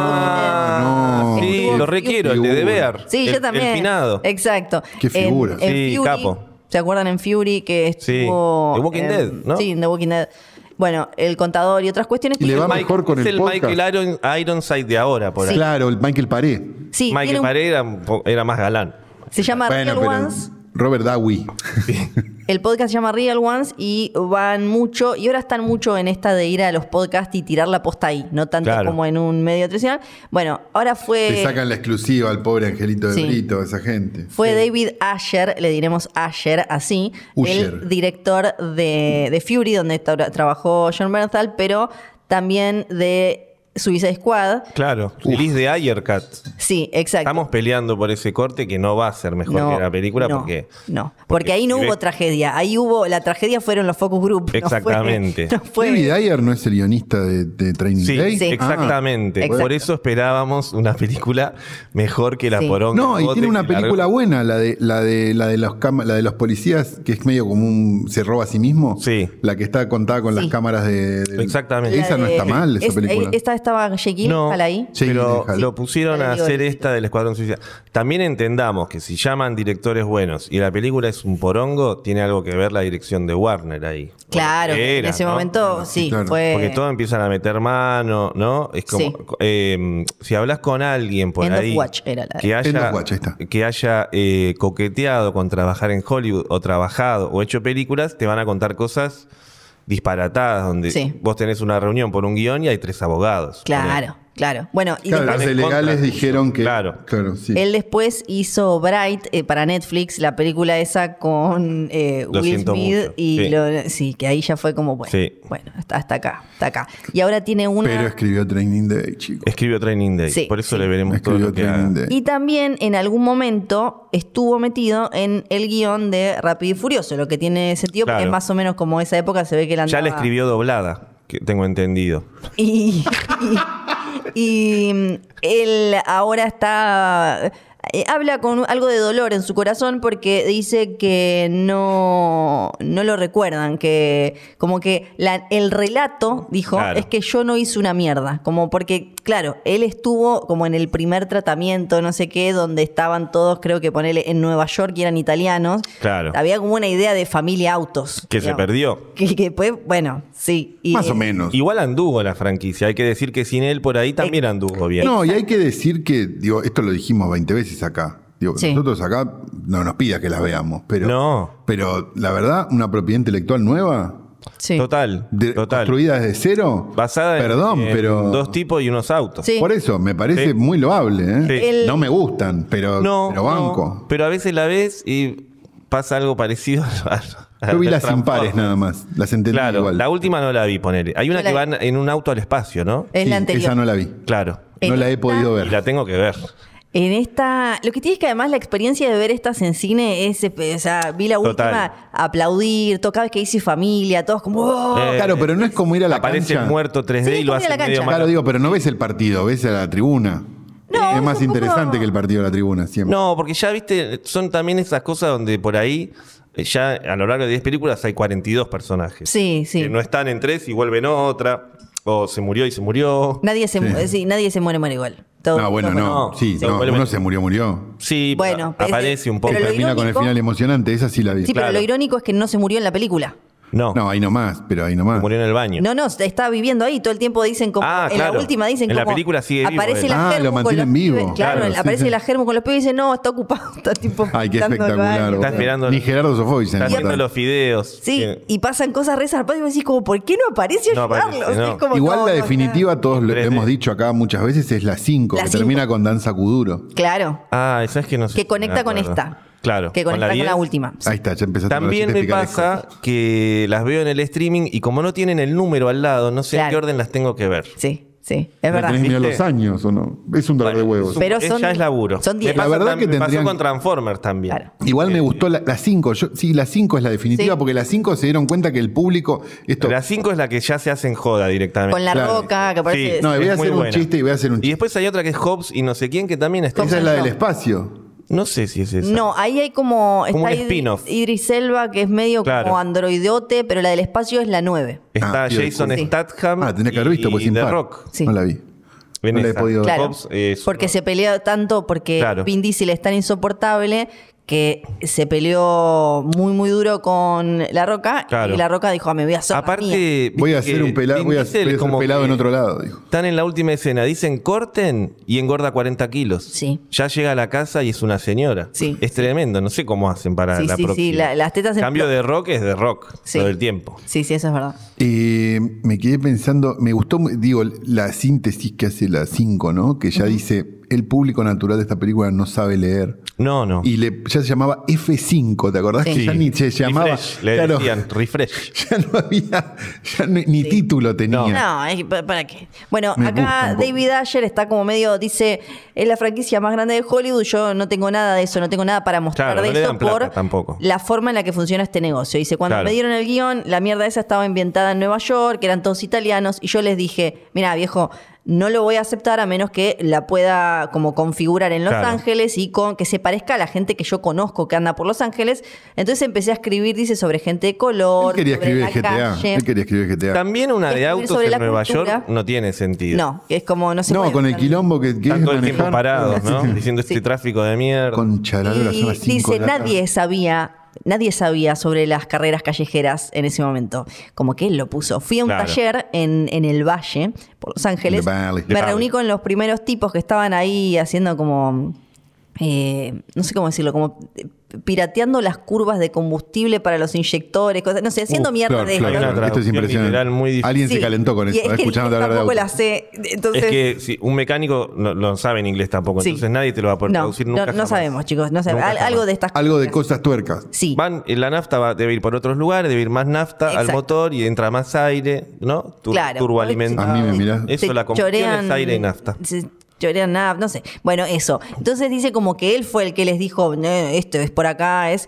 Ah, el de- no. Sí, Estuvo- lo requiero, el de Figura. Bear. Sí, el, yo también. El finado. Exacto. Qué figura. En, en Sí, Fury, capo. ¿se acuerdan en Fury que Sí. estuvo... The Walking en- Dead, ¿no? Sí, en The Walking Dead. Bueno, el contador y otras cuestiones. Y le tiene- va mejor con es el el podcast. Michael Iron, Ironside de ahora, por ahí. Claro, el Michael Paré. Sí, Michael tiene un- Paré era, un po- era más galán. se llama Bueno, Real pero Ones. Robert Downey. El podcast se llama Real Ones y van mucho, y ahora están mucho en esta de ir a los podcasts y tirar la posta ahí, no tanto Claro. como en un medio tradicional. Bueno, ahora fue... Le sacan la exclusiva al pobre Angelito de Sí. Brito, esa gente. Fue David Asher, le diremos Asher así, Usher. el director de, de Fury, donde tra- trabajó John Bernthal, pero también de Suicide Squad. Claro. Release de Ayercat. Sí, exacto. Estamos peleando por ese corte que no va a ser mejor No, que la película no, porque... no, porque ahí no si hubo ves- tragedia, ahí hubo, la tragedia fueron los focus group. no fue- Exactamente. No fue, David Ayer no es el guionista de, de Training Sí, Day. Sí. exactamente. Ah, exacto. Por eso esperábamos una película mejor que la Sí. poronga. No, y bote tiene una que largó. película buena, la de la de la de los cam- la de los policías, que es medio como un se roba a sí mismo. Sí. La que está contada con Sí. las cámaras de, de- Exactamente. Esa no La de- está mal, esa es- película. Esta estaba Jake No, Gyllenhaal ahí. Sí, pero déjalo. lo pusieron Le a digo hacer el- esta del Escuadrón Suicida. También entendamos que si llaman directores buenos y la película es un porongo, tiene algo que ver la dirección de Warner ahí. Claro, Porque en era, ese ¿no? momento sí, claro. fue... Porque todos empiezan a meter mano, ¿no? Es como, Sí. eh, si hablas con alguien por End of ahí Watch era la de- que End haya, of Watch, ahí está. que haya eh, coqueteado con trabajar en Hollywood o trabajado o hecho películas, te van a contar cosas disparatadas donde Sí. vos tenés una reunión por un guión y hay tres abogados. Claro, Claro. Bueno, y Claro, después- los legales dijeron que. Claro. Claro, sí. él después hizo Bright eh, para Netflix, la película esa con eh, Lo Will siento Smith. mucho. Y Sí. lo- sí, que ahí ya fue como, bueno, Sí. bueno hasta, hasta acá, hasta acá. Y ahora tiene una... Pero escribió Training Day, chicos. Escribió Training Day. Sí, Por eso sí. le veremos todo Escribió lo que Training haga. Day. Y también en algún momento estuvo metido en el guión de Rápido y Furioso, lo que tiene sentido porque Claro. es más o menos como esa época se ve que él andaba... Ya la escribió doblada, que tengo entendido. Y, y, y, mm, él ahora está... eh, habla con algo de dolor en su corazón porque dice que no, no lo recuerdan, que como que la- el relato, dijo, Claro. es que yo no hice una mierda, como porque, claro, él estuvo como en el primer tratamiento, no sé qué, donde estaban todos, creo que ponele en Nueva York y eran italianos. Claro. Había como una idea de familia autos. Que se digamos. perdió. Que, que pues, bueno, sí. Y- Más o menos. Igual anduvo la franquicia. Hay que decir que sin él por ahí también anduvo bien. No, y hay que decir que, digo, esto lo dijimos veinte veces acá. Digo, Sí. nosotros acá no nos pida que las veamos, pero. No. Pero la verdad, una propiedad intelectual nueva, Sí. Total. de- total. construida desde cero. Basada en- Perdón, en, pero. dos tipos y unos autos. Sí. Por eso, me parece Sí. muy loable, ¿eh? Sí. El- No me gustan, pero, No, pero banco. no, pero a veces la ves y pasa algo parecido a, a- Yo vi a las Transformers. impares nada más. Las entendí Claro, igual. la última no la vi, ponele. Hay una Yo la que vi. van en un auto al espacio, ¿no? Es Sí, la anterior. esa no la vi. Claro. No En la he esta- podido Y ver. la tengo que ver. En esta, lo que tiene es que además la experiencia de ver estas en cine es, eh, o sea, vi la última, Total. aplaudir, todo, cada vez que dice familia, todos como, ¡oh! Eh, Claro, pero no es como ir a la Aparece cancha. el muerto tres D Sí, y lo como ir a hace la medio cancha. mal. Claro, digo, pero no ves el partido, ves a la tribuna. No, es es más un poco- interesante que el partido de la tribuna, siempre. No, porque ya viste, son también esas cosas donde por ahí, eh, ya a lo largo de diez películas hay cuarenta y dos personajes. Sí, sí. Que no están en tres y vuelven otra. O se murió y se murió. Nadie se, Sí. mu- sí, nadie se muere, muere igual. Todo- No, bueno, todo- no. no. Sí, Se no, vuelve- uno se murió, murió. Sí, Bueno, a- aparece ese- un poco. pero lo Termina con el irónico- final emocionante, esa sí la vi. Sí, pero Claro. lo irónico es que no se murió en la película. No, No, ahí nomás, pero ahí nomás. murió en el baño. No, no, está viviendo ahí. Todo el tiempo dicen como. Ah, en claro. la última dicen En la como. película sigue vivo Aparece él. la Ah, Germu lo con mantienen los vivo. pibes. Claro, Claro, sí, aparece sí. la Germu con los pibes y dice, no, está ocupado. Está tipo. Ay, qué dando espectacular. baño. boludo. esperando- Ni Gerardo Sofovich se Está nota. haciendo los fideos. Sí, Que- y pasan cosas re zarpadas y vos decís como, ¿por qué no aparece a No ayudarlos? aparece, no. Es como, Igual no, la no, definitiva, todos lo tres D. hemos dicho acá muchas veces, es la cinco, La que cinco. termina con Danza Kuduro. no. Claro, Ah, ¿sabes que no sé? que conecta me con acuerdo. esta. Claro. Que conecta con la, diez. última. Ahí está, ya empezaste También con los me chistes pasa picarescos. que las veo en el streaming y como no tienen el número al lado, no sé en Claro. qué orden las tengo que ver. Sí, sí, es ¿No verdad. tenés que mirar ¿Viste? los años o no? Es un dolor de Bueno, huevos. es un- Pero es- son- ya es laburo. son diez. Me pasa La verdad tam- que me pasó tendrían- con Transformers también. Claro. Igual me gustó la cinco. Sí, la cinco es la definitiva Sí. porque la cinco se dieron cuenta que el público. Esto, La cinco es la que ya se hacen joda directamente. Con la Claro. roca, que parece. Sí. no, voy a es muy hacer un buena. chiste y voy a hacer un Y chiste. después hay otra que es Hobbs y no sé quién que también está. Esa es la no. del espacio. No sé si es esa. No, ahí hay como. Como está un Idri- spin-off. Idris Elba, que es medio Claro. como androidote, pero la del espacio es la nueve. Está Ah, sí, Jason sí. Statham. Ah, tenés que haber visto, pues y sin The par. Rock. Sí. No la vi. En No la he esa. podido ver. Claro, Hobbs es porque una- se peleó tanto, porque Claro. Vin Diesel es tan insoportable que se peleó muy, muy duro con La Roca. Claro. Y La Roca dijo, ah, me voy a hacer la mía. Aparte, Voy a viste hacer que un pelado, Vin voy a, Diesel voy a hacer como pelado que en otro lado, dijo. Están en la última escena, dicen corten y engorda cuarenta kilos. Sí. Ya llega a la casa y es una señora. Sí. Es tremendo, no sé cómo hacen para Sí, la sí, sí, próxima. la- las tetas en Cambio plo- de rock es de rock, Sí. todo el tiempo. Sí, sí, eso es verdad. Eh, me quedé pensando, me gustó, digo, la síntesis que hace la cinco, ¿no? Que ya dice, el público natural de esta película no sabe leer. No, no. Y le, ya se llamaba F cinco, ¿te acordás? Sí. Que ya ni se llamaba. Refresh, le claro, decían, refresh. ya no había, ya ni, ni título tenía. No, es- ¿pa- ¿para qué? Bueno, Me acá gusta un poco. David Ayer está como medio, dice, es la franquicia más grande de Hollywood, yo no tengo nada de eso, no tengo nada para mostrar Claro, de no le eso dan plata por tampoco. la forma en la que funciona este negocio. Dice, cuando Claro. me dieron el guión, la mierda esa estaba inventada en Nueva York, eran todos italianos, y yo les dije, mira, viejo, no lo voy a aceptar a menos que la pueda como configurar en Los Claro. Ángeles y con que se parezca a la gente que yo conozco que anda por Los Ángeles. Entonces empecé a escribir, dice, sobre gente de color, Él quería sobre escribir la G T A. calle. Él quería escribir G T A. También una de Escribir autos sobre en la Nueva cultura. York no tiene sentido. No, que es como no se No, puede con el usar. quilombo que que Están es todo el tiempo manejar. parados, ¿no? Diciendo este Sí. tráfico de mierda. Concha, la hora, son Y las cinco dice, de la tarde. nadie sabía, nadie sabía sobre las carreras callejeras en ese momento. Como que él lo puso. Fui a un Claro. taller en, en el Valle, por Los Ángeles. The Valley. Me The reuní Valley. con los primeros tipos que estaban ahí haciendo como... eh, no sé cómo decirlo, como pirateando las curvas de combustible para los inyectores, cosas, no sé, haciendo Uh, mierda claro, de claro, esto. Hay una claro. Esto es traducción impresionante. literal muy difícil. Alguien se Sí, calentó con y eso, es que escuchando hablar de tampoco auto. la sé. Entonces, Es que si un mecánico no, no sabe en inglés tampoco, Sí. entonces nadie te lo va a poder no, traducir no, nunca. no jamás. sabemos, chicos, no sabemos. Nunca Al- jamás. algo de estas Algo de cosas. cosas tuercas. Sí. Van, la nafta va, debe ir por otros lugares, debe ir más nafta Exacto. al motor y entra más aire, ¿no? Tur- Claro. Turboalimentado. A mí me mirás. Eso, Se la combustión chorean- es aire y nafta. se chorean nafta, no sé. Bueno, eso. Entonces dice como que él fue el que les dijo, "No, esto es por acá, es...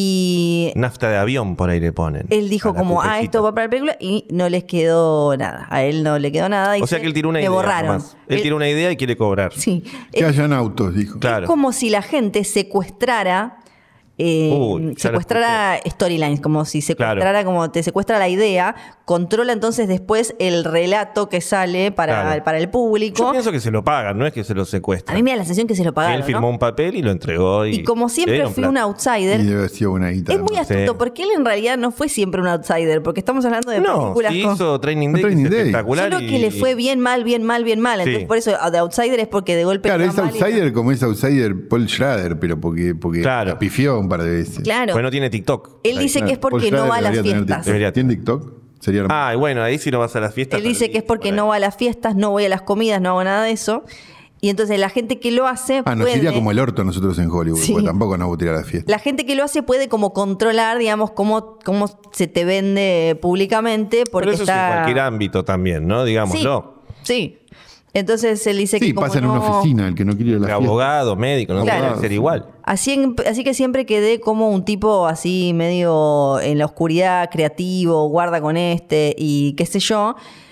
Y Nafta de avión por ahí le ponen. él dijo a la como, ah, cupecita. esto va para la película y no les quedó nada. A él no le quedó nada. Y O sea se- que él tiró una le idea. borraron. nomás. Él tiró una idea y quiere cobrar. Sí. Que Es- hayan autos, dijo. Claro. Es como si la gente secuestrara. eh, Uy, ya lo secuestrara storylines, como si secuestrara, Claro. como te secuestra la idea, controla entonces después el relato que sale para, Claro. para el público. Yo pienso que se lo pagan, no es que se lo A secuestran. mí me da la sensación que se lo Que pagaron. él firmó ¿no? un papel y lo entregó. Y, Y como siempre le dieron fui plata. un Y outsider, debe haber sido una guita. es muy además. astuto, Sí. porque él en realidad no fue siempre un outsider, porque estamos hablando de No, películas sí con... hizo Training Day, Training que es Day. espectacular. Solo y- que le fue bien mal, bien mal, bien mal. Entonces Sí. por eso de outsider es porque de golpe... Claro, le es va mal y no- outsider como es outsider Paul Schrader, pero porque, porque Claro. la pifió un par de veces. Claro. Pues no tiene TikTok. Él dice que es Paul porque no Schrader va a las debería tener fiestas. TikTok. Debería ¿Tiene TikTok? Sería hermoso. Ah, y bueno, ahí si no vas a las fiestas. Él dice que es porque por ahí. no va a las fiestas, no voy a las comidas, no hago nada de eso. Y entonces la gente que lo hace Ah, nos puede... iría como el orto nosotros en Hollywood, Sí. porque tampoco nos vamos a tirar a la fiesta. La gente que lo hace puede como controlar, digamos, cómo, cómo se te vende públicamente porque Pero eso está... es en cualquier ámbito también, ¿no? Sí, Digámoslo. sí. Entonces él dice Sí, que como pasa en una no- oficina, el que no quiere ir a la fiesta. Abogado, médico, no Claro. puede ser igual. Así, en- así que siempre quedé como un tipo así medio en la oscuridad, creativo, guarda con este y qué sé yo.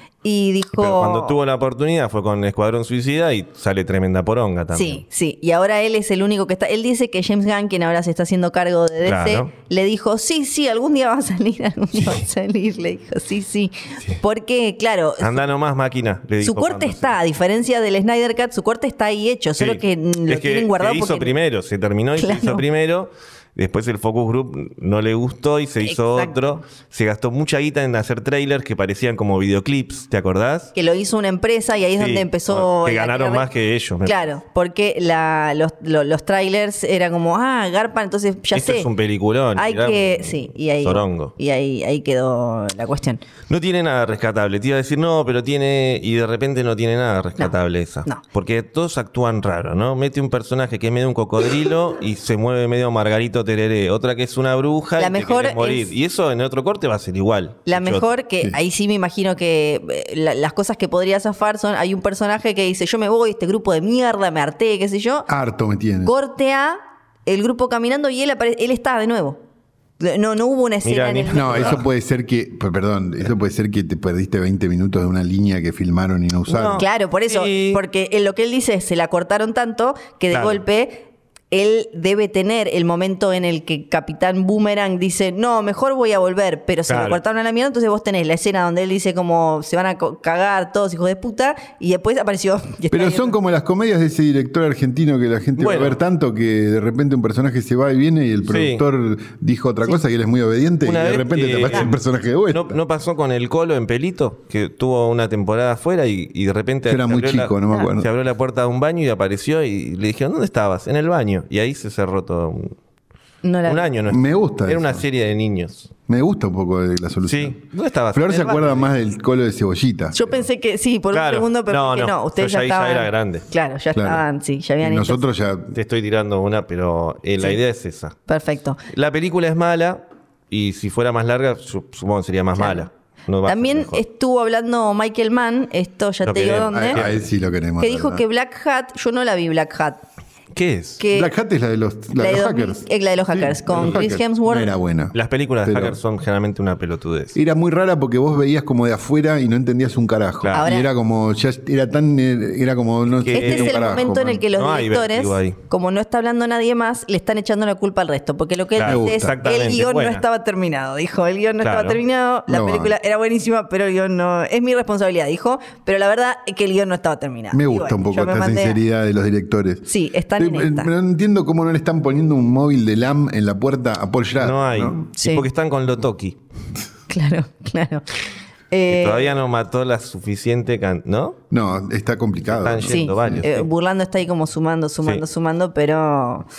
Y dijo... Pero cuando tuvo la oportunidad fue con Escuadrón Suicida y sale tremenda poronga también. Sí, sí. Y ahora él es el único que está... Él dice que James Gunn, quien ahora se está haciendo cargo de D C, Claro. le dijo, sí, sí, algún día va a salir, algún día va a salir. Le dijo, sí, sí. Porque, claro... Anda nomás, máquina. Le Su dijo corte cuando está, a diferencia del Snyder Cut, su corte está ahí hecho, se- solo Sí. que mm, lo Es que tienen guardado se hizo porque... primero, se terminó y Claro. se hizo primero. Después el Focus Group no le gustó y se hizo Exacto. otro. Se gastó mucha guita en hacer trailers que parecían como videoclips, ¿te acordás? Que lo hizo una empresa y ahí es Sí, donde empezó... que la ganaron guerra. más que ellos. me Claro, porque la, los, lo- los trailers era como, ah, garpan, entonces ya Esto sé. es un peliculón. Hay mirá, que... un Sí, y ahí... Zorongo. Y ahí, ahí quedó la cuestión. No tiene nada rescatable. Te iba a decir, no, pero tiene. Y de repente no tiene nada rescatable No, esa. no. Porque todos actúan raro, ¿no? Mete un personaje que es medio un cocodrilo y se mueve medio Margarito Tereré. Otra que es una bruja La y te mejor querés morir. es- Y eso en otro corte va a ser igual. La Choto. mejor, que Sí. ahí sí me imagino que eh, la- las cosas que podría zafar son, hay un personaje que dice, yo me voy, este grupo de mierda, me harté, qué sé yo. Harto me tiene. Corte a el grupo caminando y él, apare- él está de nuevo. No, no hubo una escena Mira, en ni- el... No, eso puede ser que, p- perdón, eso puede ser que te perdiste veinte minutos de una línea que filmaron y no usaron. No. Claro, por eso, Sí. porque en lo que él dice es, se la cortaron tanto que de Claro. golpe él debe tener el momento en el que Capitán Boomerang dice, no, mejor voy a volver, pero se lo Claro. cortaron a la mierda, entonces vos tenés la escena donde él dice como se van a co- cagar todos hijos de puta, y después apareció... y está Pero ahí son otro. como las comedias de ese director argentino que la gente Bueno. va a ver tanto que de repente un personaje se va y viene y el Sí. productor dijo otra cosa y él es muy obediente Una y de vez, repente te eh, aparece el personaje de vuelta. ¿No, no pasó con el Colo en Pelito? Que tuvo una temporada afuera y, y de repente. Yo era se muy abrió la- chico, no me acuerdo. Se abrió la puerta de un baño y apareció y le dijeron, ¿dónde estabas? En el baño. Y ahí se cerró todo. Un, No la un vi. año, ¿no? Me gusta Era eso. una serie de niños. Me gusta un poco de la solución. Sí. ¿Dónde estabas? Flor En se el acuerda baño. más del colo de cebollita. Yo pensé que sí, por Claro. un segundo, pero No, que no, no. ustedes Yo ya ya ahí ya estaban... era grande. Claro, ya Claro. estaban, sí, ya Y habían hecho- nosotros ya. Te estoy tirando una, pero eh, la Sí. idea es esa. Perfecto. La película es mala y si fuera más larga, su- supongo que sería más Claro. mala. No va a ser También mejor. estuvo hablando Michael Mann, esto ya Lo te digo queremos. dónde, A, a él sí lo queremos. que la dijo verdad. que Black Hat, yo no la vi Black Hat, ¿Qué es? que Black Hat es la de los, la la de de los dos mil hackers. eh, la de los Sí, hackers, la con de los Chris hackers. Hemsworth. No era buena. Las películas de Pero- hackers son generalmente una pelotudez. Era muy rara porque vos veías como de afuera y no entendías un carajo. Claro. Ahora- y era como, ya era tan, eh, era como, no Que- Este era es un el carajo, momento en man. el que los No hay directores, vértigo ahí. como no está hablando nadie más, le están echando la culpa al resto. Porque lo que él Claro, dice es, exactamente, el guión no buena. estaba terminado. Dijo, el guión no Claro. estaba terminado, la No, película va. era buenísima, pero el guión no... Es mi responsabilidad, dijo. Pero la verdad es que el guión no estaba terminado. Me Y gusta bueno, un poco yo me esta mandé- sinceridad de los directores. Sí, están en Eh, esta. Pero no entiendo cómo no le están poniendo un móvil de L A M en la puerta a Paul Schrader. No hay. Sí. Y porque están con Lotoki. Claro, claro. Que Eh, todavía no mató la suficiente can- ¿no? No, está complicado. Están sí, yendo varios, eh, sí. Burlando está ahí como sumando, sumando, Sí. sumando, pero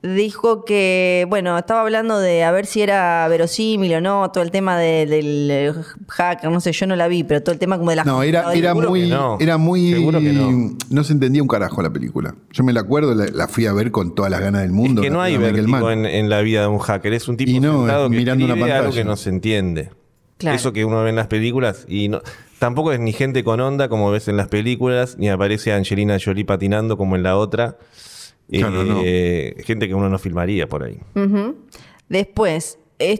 dijo que, bueno, estaba hablando de a ver si era verosímil o no, todo el tema de, del hacker, no sé, yo no la vi, pero todo el tema como de la... No, era, era Seguro muy... que no. Era muy Seguro que no. no se entendía un carajo la película. Yo me la acuerdo, la, la fui a ver con todas las ganas del mundo. Es que no hay Michael vértigo Mann. en, en la vida de un hacker. Es un tipo Y no, sentado que mirando una escribe algo pantalla. que no se entiende. Claro. Eso que uno ve en las películas y no, tampoco es ni gente con onda como ves en las películas, ni aparece Angelina Jolie patinando como en la otra. Claro, Eh, gente que uno no filmaría por ahí. Ujú. Después,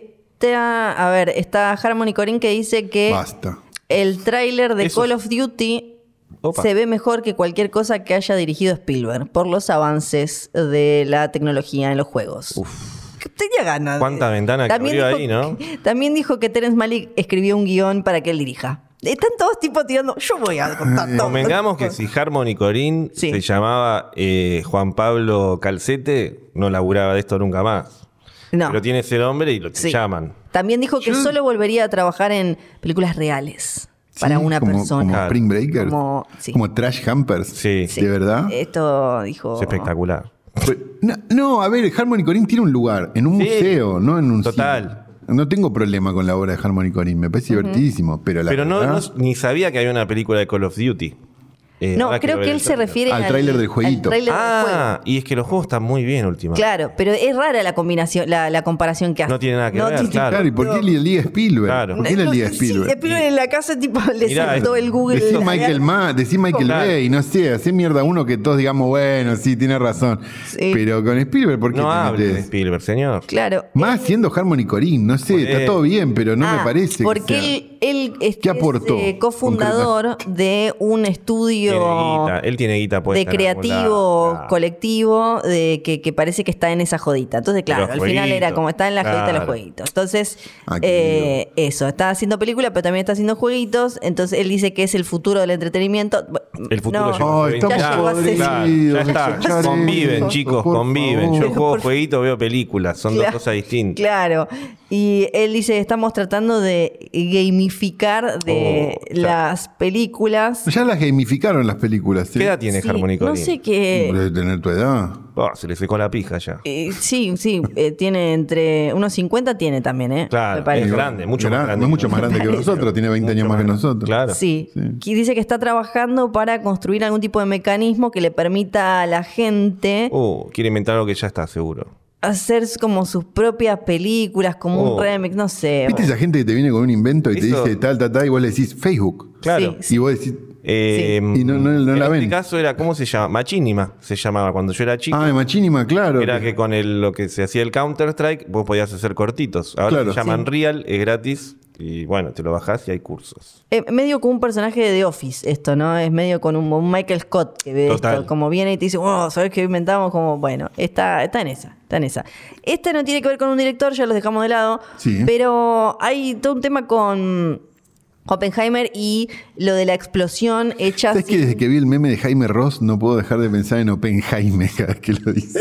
está, a ver, está Harmony Korine que dice que Basta. el tráiler de Eso- Call of Duty Opa. se ve mejor que cualquier cosa que haya dirigido Spielberg por los avances de la tecnología en los juegos. Que tenía ganas. de- Cuánta ventana que abrió dijo ahí, ¿no? que- también dijo que Terence Malick escribió un guión para que él dirija. Están todos tipos tirando, yo voy a contar todo. Convengamos que si Harmony Korine Sí. se llamaba eh, Juan Pablo Calcete, no laburaba de esto nunca más. No. Pero tiene ese nombre y lo Sí. llaman. También dijo que Yo- solo volvería a trabajar en películas reales para Sí, una como, persona. Como Claro. Spring Breakers. Como- sí. Como Trash Humpers. Sí. Sí. ¿De verdad? Esto dijo. Es espectacular. Pues, No, no, a ver, Harmony Korine tiene un lugar en un Sí. museo, no en un Total. cine. No tengo problema con la obra de Harmony Korine, me parece divertidísimo, pero la Pero no, verdad- no- ni sabía que había una película de Call of Duty. Eh, No, ahora creo quiero que ver él el se tráiler. refiere Al tráiler del jueguito. al tráiler del Ah, juego. y es que los juegos están muy bien últimamente. Claro, pero es rara la combinación, la, la comparación que hace. No tiene nada que ver, tiene- claro. Claro, ¿y por qué le liga Spielberg? Claro. ¿Por qué le liga Sí, Spielberg? Spielberg en la casa tipo le Mirá, saltó es- el Google. Decí la- Michael Mann, decí Michael Claro. Bay, no sé, hacé mierda uno que todos digamos, bueno, sí, tiene razón. Sí. Pero con Spielberg, ¿por qué No te hable de metes? Spielberg, señor. Claro. Más siendo Harmony Korine, no sé, Por está eso. todo bien, pero no Ah, me parece que Porque sea- él, él es, ¿Qué aportó, es, eh, cofundador de un Tiene estudio guita, él tiene guita puesta de en algún creativo lado, claro. colectivo de que, que parece que está en esa jodita. Entonces, claro, los al final era jueguitos, como está en la jodita de los claro. jueguitos. Entonces, Ah, qué eh, eso, está haciendo película, pero también está haciendo jueguitos. Entonces, él dice que es el futuro del entretenimiento. El futuro No, llegó Oh, hace estamos Ya llegó hace- veinte años. Claro, ya está. podridos, ya Conviven, llegó. chicos, Por conviven. favor. Yo juego Por- jueguitos, veo películas. Son Claro, dos cosas distintas. Claro. Y él dice, estamos tratando de gamificar de Oh, ya. las películas. Ya las gamificaron las películas. ¿sí? ¿Qué edad tiene Sí, Harmony no Korine? sé qué. Debe tener tu edad. Oh, se le secó la pija ya. Eh, sí, sí, eh, tiene entre unos cincuenta tiene también, ¿eh? Claro, Me parece. es grande, mucho Gra- más grande. Es mucho más grande que nosotros, tiene veinte años más que nosotros. Claro. Sí. Sí. Que dice que está trabajando para construir algún tipo de mecanismo que le permita a la gente Uh, quiere inventar algo que ya está seguro. hacer como sus propias películas, como Oh. un remix, no sé. ¿Viste esa gente que te viene con un invento y te Eso- dice tal, tal, tal, y vos le decís Facebook? Claro. Sí. Y vos decís, Eh, Y no- no- no en la este ven. caso era, ¿cómo se llama? Machinima se llamaba cuando yo era chico. ah, de Machinima, claro. Era que con el, lo que se hacía el Counter-Strike, vos podías hacer cortitos. Ahora Claro. se llaman Sí. Real, es gratis. Y bueno, te lo bajás y hay cursos. Eh, medio como un personaje de The Office, esto, ¿no? Es medio con un, un Michael Scott que ve Total. esto, como viene y te dice, oh, ¿sabes qué inventamos? Como, bueno, está, está en esa, está en esa. Esta no tiene que ver con un director, ya los dejamos de lado. Sí. Pero hay todo un tema con Oppenheimer y lo de la explosión hecha ¿Sabes que sin- desde que vi el meme de Jaime Ross no puedo dejar de pensar en Oppenheimer cada vez que lo dice?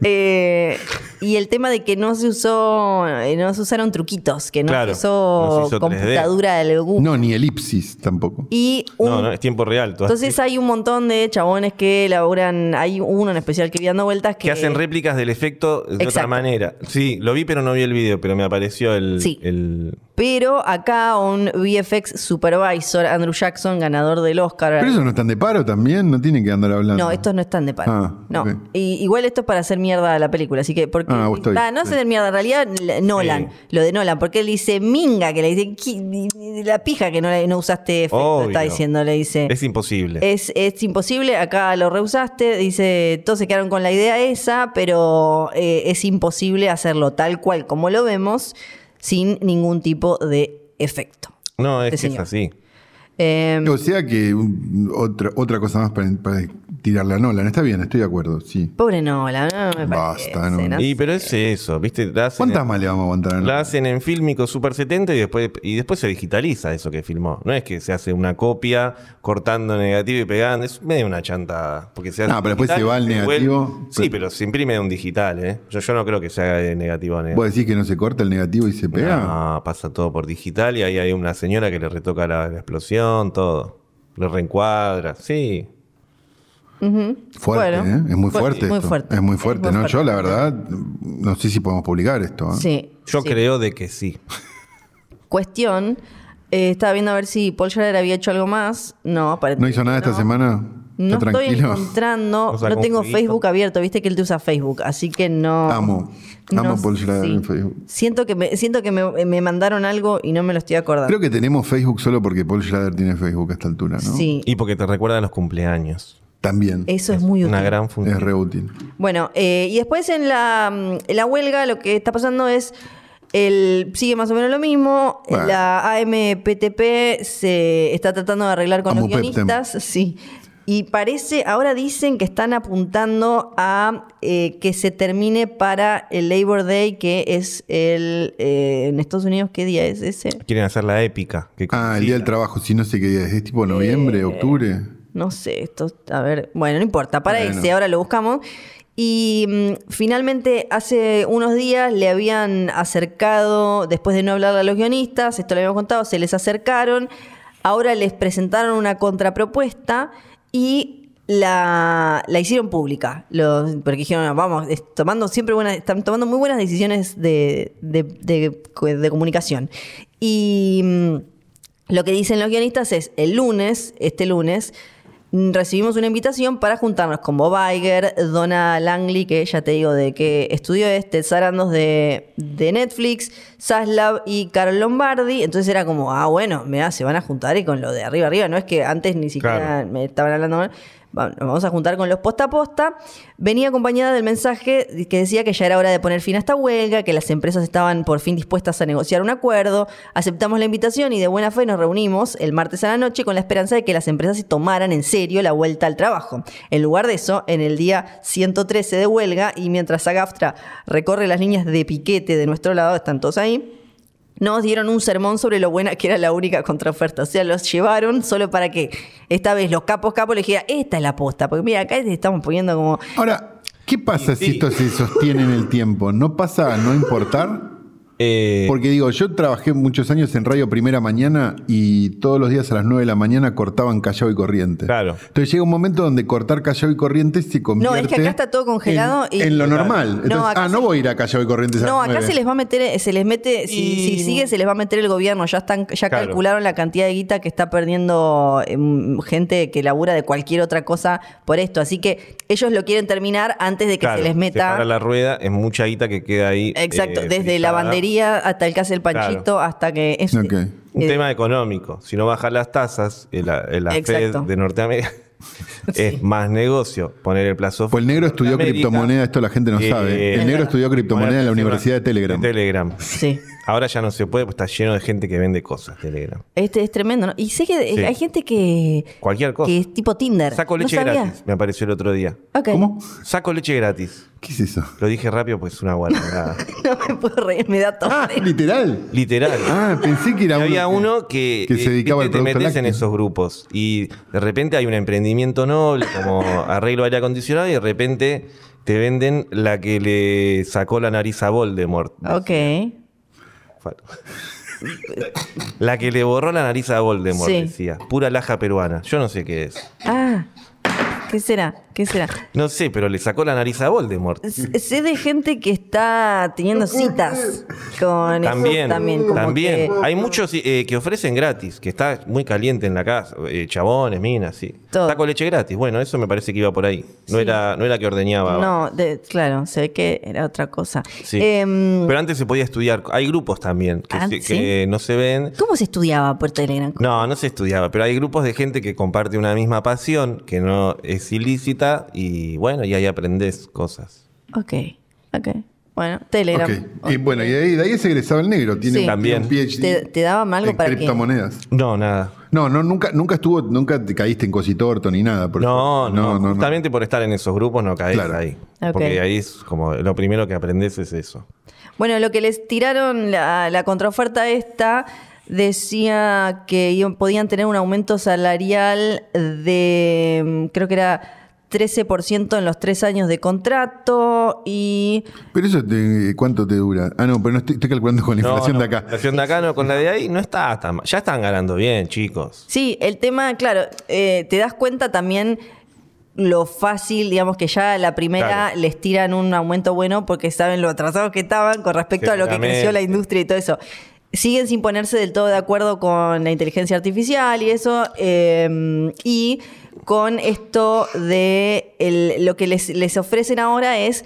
Eh, y el tema de que no se usó, eh, no se usaron truquitos, que no Claro, se usó no se hizo tres D. computadura alguna. No, ni elipsis tampoco. Y un- No, no, es tiempo real. todas- entonces hay un montón de chabones que elaboran, hay uno en especial que vi dando vueltas que, que hacen réplicas del efecto de otra Exacto. manera. Sí, lo vi, pero no vi el video, pero me apareció el. Sí. el- pero acá un V F X supervisor, Andrew Jackson, ganador del Oscar. Pero esos no están de paro también, no tienen que andar hablando. No, estos no están de paro. Ah, no. ok. Y, igual esto es para hacer mierda a la película, así que porque Ah, vos estoy. Ah, no hacer mierda, en realidad l- Nolan, Sí. lo de Nolan, porque él dice minga, que le dice "Qui- la pija que no, la- no usaste efecto", Obvio. está diciendo, le dice. Es imposible. Es, es imposible, acá lo rehusaste, dice, todos se quedaron con la idea esa, pero eh, es imposible hacerlo tal cual como lo vemos, sin ningún tipo de efecto. no, es Sí, que es señor. así. Eh, O sea que um, otra, otra cosa más para, para tirarle a Nolan. Está bien, estoy de acuerdo, sí. pobre Nolan, no me Basta, parece, no. no Y sé. pero es eso, ¿viste? La hacen, ¿Cuántas en, más le vamos a aguantar a la Nolan? hacen en Fílmico Super setenta y después, y después se digitaliza eso que filmó. No es que se hace una copia cortando negativo y pegando. Es medio una chantada. Porque se hace No, pero después digital se va al y se negativo. vuelve- Sí, pero se imprime de un digital, ¿eh? Yo, yo no creo que se haga de negativo a negativo. ¿Vos decís que no se corta el negativo y se pega? No, pasa todo por digital y ahí hay una señora que le retoca la, la explosión, todo. Lo reencuadra, sí. Ujú. Fuerte, Bueno, ¿eh? Es muy fu- fuerte muy esto. fuerte. Es muy fuerte, Es muy ¿no? Yo, fuerte. la verdad, no sé si podemos publicar esto. ¿eh? Sí. Yo sí. creo de que sí. Cuestión, eh, estaba viendo a ver si Paul Schrader había hecho algo más. No, ¿No aparentemente hizo nada esta semana? No ¿Está estoy tranquilo? encontrando, O sea, no con tengo jueguito. Facebook abierto, viste que él te usa Facebook, así que no. Amo, amo a Paul Schrader en Facebook. Siento que, me, siento que me, me mandaron algo y no me lo estoy acordando. Creo que tenemos Facebook solo porque Paul Schrader tiene Facebook a esta altura, ¿no? Sí, Y porque te recuerdan los cumpleaños. También. eso es muy útil. Una gran función. Es re útil. Bueno, eh, y después en la, en la huelga lo que está pasando es, el, sigue más o menos lo mismo, Bueno. la A M P T P se está tratando de arreglar con los Amupeptem. guionistas, sí. Y parece, ahora dicen que están apuntando a eh, que se termine para el Labor Day, que es el eh, en Estados Unidos, ¿qué día es ese? Quieren hacer la épica. Que Ah, el día del trabajo, si no sé qué día es. ¿Es tipo noviembre, Eh, octubre? No sé, esto, a ver, bueno, no importa, para Bueno. ese, ahora lo buscamos. Y mm, finalmente hace unos días le habían acercado, después de no hablarle a los guionistas, esto lo habíamos contado, se les acercaron, ahora les presentaron una contrapropuesta y la, la hicieron pública. Los, porque dijeron, vamos, es- tomando siempre buenas, están tomando muy buenas decisiones de, de, de- de comunicación. Y mm, lo que dicen los guionistas es, el lunes, este lunes, mm, recibimos una invitación para juntarnos con Bob Iger, Donna Langley, que ya te digo de qué estudio es, Ted Sarandos de, de Netflix, Zaslav y Carol Lombardi. Entonces era como, ah, bueno, mirá, se van a juntar y con lo de arriba arriba. No es que antes ni siquiera Claro. me estaban hablando. Va- Nos vamos a juntar con los posta a posta. Venía acompañada del mensaje que decía que ya era hora de poner fin a esta huelga, que las empresas estaban por fin dispuestas a negociar un acuerdo. Aceptamos la invitación y de buena fe nos reunimos el martes a la noche con la esperanza de que las empresas se tomaran en serio la vuelta al trabajo. En lugar de eso, en el día ciento trece de huelga y mientras SAG-AFTRA recorre las líneas de piquete de nuestro lado, están todos ahí, nos dieron un sermón sobre lo buena que era la única contraoferta. O sea, los llevaron solo para que esta vez los capos capos les dijera, esta es la posta. Porque mira, acá te estamos poniendo como... Ahora, ¿qué pasa Y si sí. esto se sostiene en el tiempo? ¿No pasa a no importar? Eh, Porque digo, yo trabajé muchos años en Radio Primera Mañana y todos los días a las nueve de la mañana cortaban Callao y Corrientes. Claro. Entonces llega un momento donde cortar Callao y Corrientes se convierte... No, es que acá está todo congelado en, y- en lo Claro. normal. Entonces, No, acá ah, no se- voy a ir a Callao y Corrientes a No, las acá nueve. se les va a meter, se les mete, si, Y- si sigue, se les va a meter el gobierno. Ya están, ya Claro. calcularon la cantidad de guita que está perdiendo em, gente que labura de cualquier otra cosa por esto. Así que ellos lo quieren terminar antes de que claro, se les meta. para la rueda, es mucha guita que queda ahí. Exacto, eh, desde la frisada. bandería hasta el que hace el panchito, hasta que es Ok. Un eh, tema económico. Si no bajan las tasas, eh, la, eh, la Fed Exacto. de Norteamérica es más negocio poner el plazo. Pues el negro estudió Norteamérica, criptomoneda, esto la gente no eh, sabe. El negro estudió criptomoneda en la poner Universidad de Telegram. de Telegram. Sí. Ahora ya no se puede, pues está lleno de gente que vende cosas, Telegram. Este es tremendo, ¿no? Y sé que Sí. hay gente que, Cualquier cosa. que es tipo Tinder. Saco ¿No leche sabía? gratis, me apareció el otro día. Ok. ¿Cómo? Saco leche gratis. ¿Qué es eso? Lo dije rápido, pues es una guardada. No me puedo reír, me da todo. Ah, literal. Literal. Ah, pensé que era Y había uno uno que, que se eh, dedicaba viste, al te producto metes en lácteo. esos grupos y de repente hay un emprendimiento noble como arreglo de aire acondicionado y de repente te venden la que le sacó la nariz a Voldemort. Ok. La que le borró la nariz a Voldemort, Sí. decía. Pura laja peruana. Yo no sé qué es. Ah, ¿qué será? ¿Qué será? No sé, pero le sacó la nariz a Voldemort. S- Sé de gente que está teniendo citas con eso También, también. como también. que- Hay muchos eh, que ofrecen gratis, que está muy caliente en la casa. eh, chabones, minas, sí. Todo. Saco leche gratis. Bueno, eso me parece que iba por ahí. No, Sí. era, no era que ordeñaba. No, de- claro, se ve que era otra cosa. Sí. Em, Pero antes se podía estudiar. Hay grupos también que, Ah, se- ¿sí? que no se ven. ¿Cómo se estudiaba por Telegram? No, no se estudiaba, pero hay grupos de gente que comparte una misma pasión, que no es ilícita, y bueno, y ahí aprendes cosas. Ok, ok. Bueno, Telegram. Ok. Y bueno, y de ahí, de ahí es egresado el negro. Tiene Sí. un, También. tiene un PhD ¿Te, te daban algo en para que...? criptomonedas. No, nada. No, no, nunca, nunca estuvo, nunca te caíste en cositorto ni nada. por No, eso. no, justamente por estar en esos grupos no caes Claro. ahí. Ok. Porque ahí es como lo primero que aprendes es eso. Bueno, lo que les tiraron, la, la contraoferta esta, decía que iban- podían tener un aumento salarial de, mm, creo que era trece por ciento en los tres años de contrato y... Pero eso, te- ¿cuánto te dura? Ah, no, pero no estoy, estoy calculando con la No, inflación no, de acá. La inflación de acá no, con la de ahí no está tan mal. Ya están ganando bien, chicos. Sí, el tema, claro, eh, te das cuenta también lo fácil, digamos que ya a la primera Claro. les tiran un aumento bueno porque saben lo atrasados que estaban con respecto a lo que creció la industria y todo eso. Siguen sin ponerse del todo de acuerdo con la inteligencia artificial y eso, eh, y con esto de el- lo que les, les ofrecen ahora es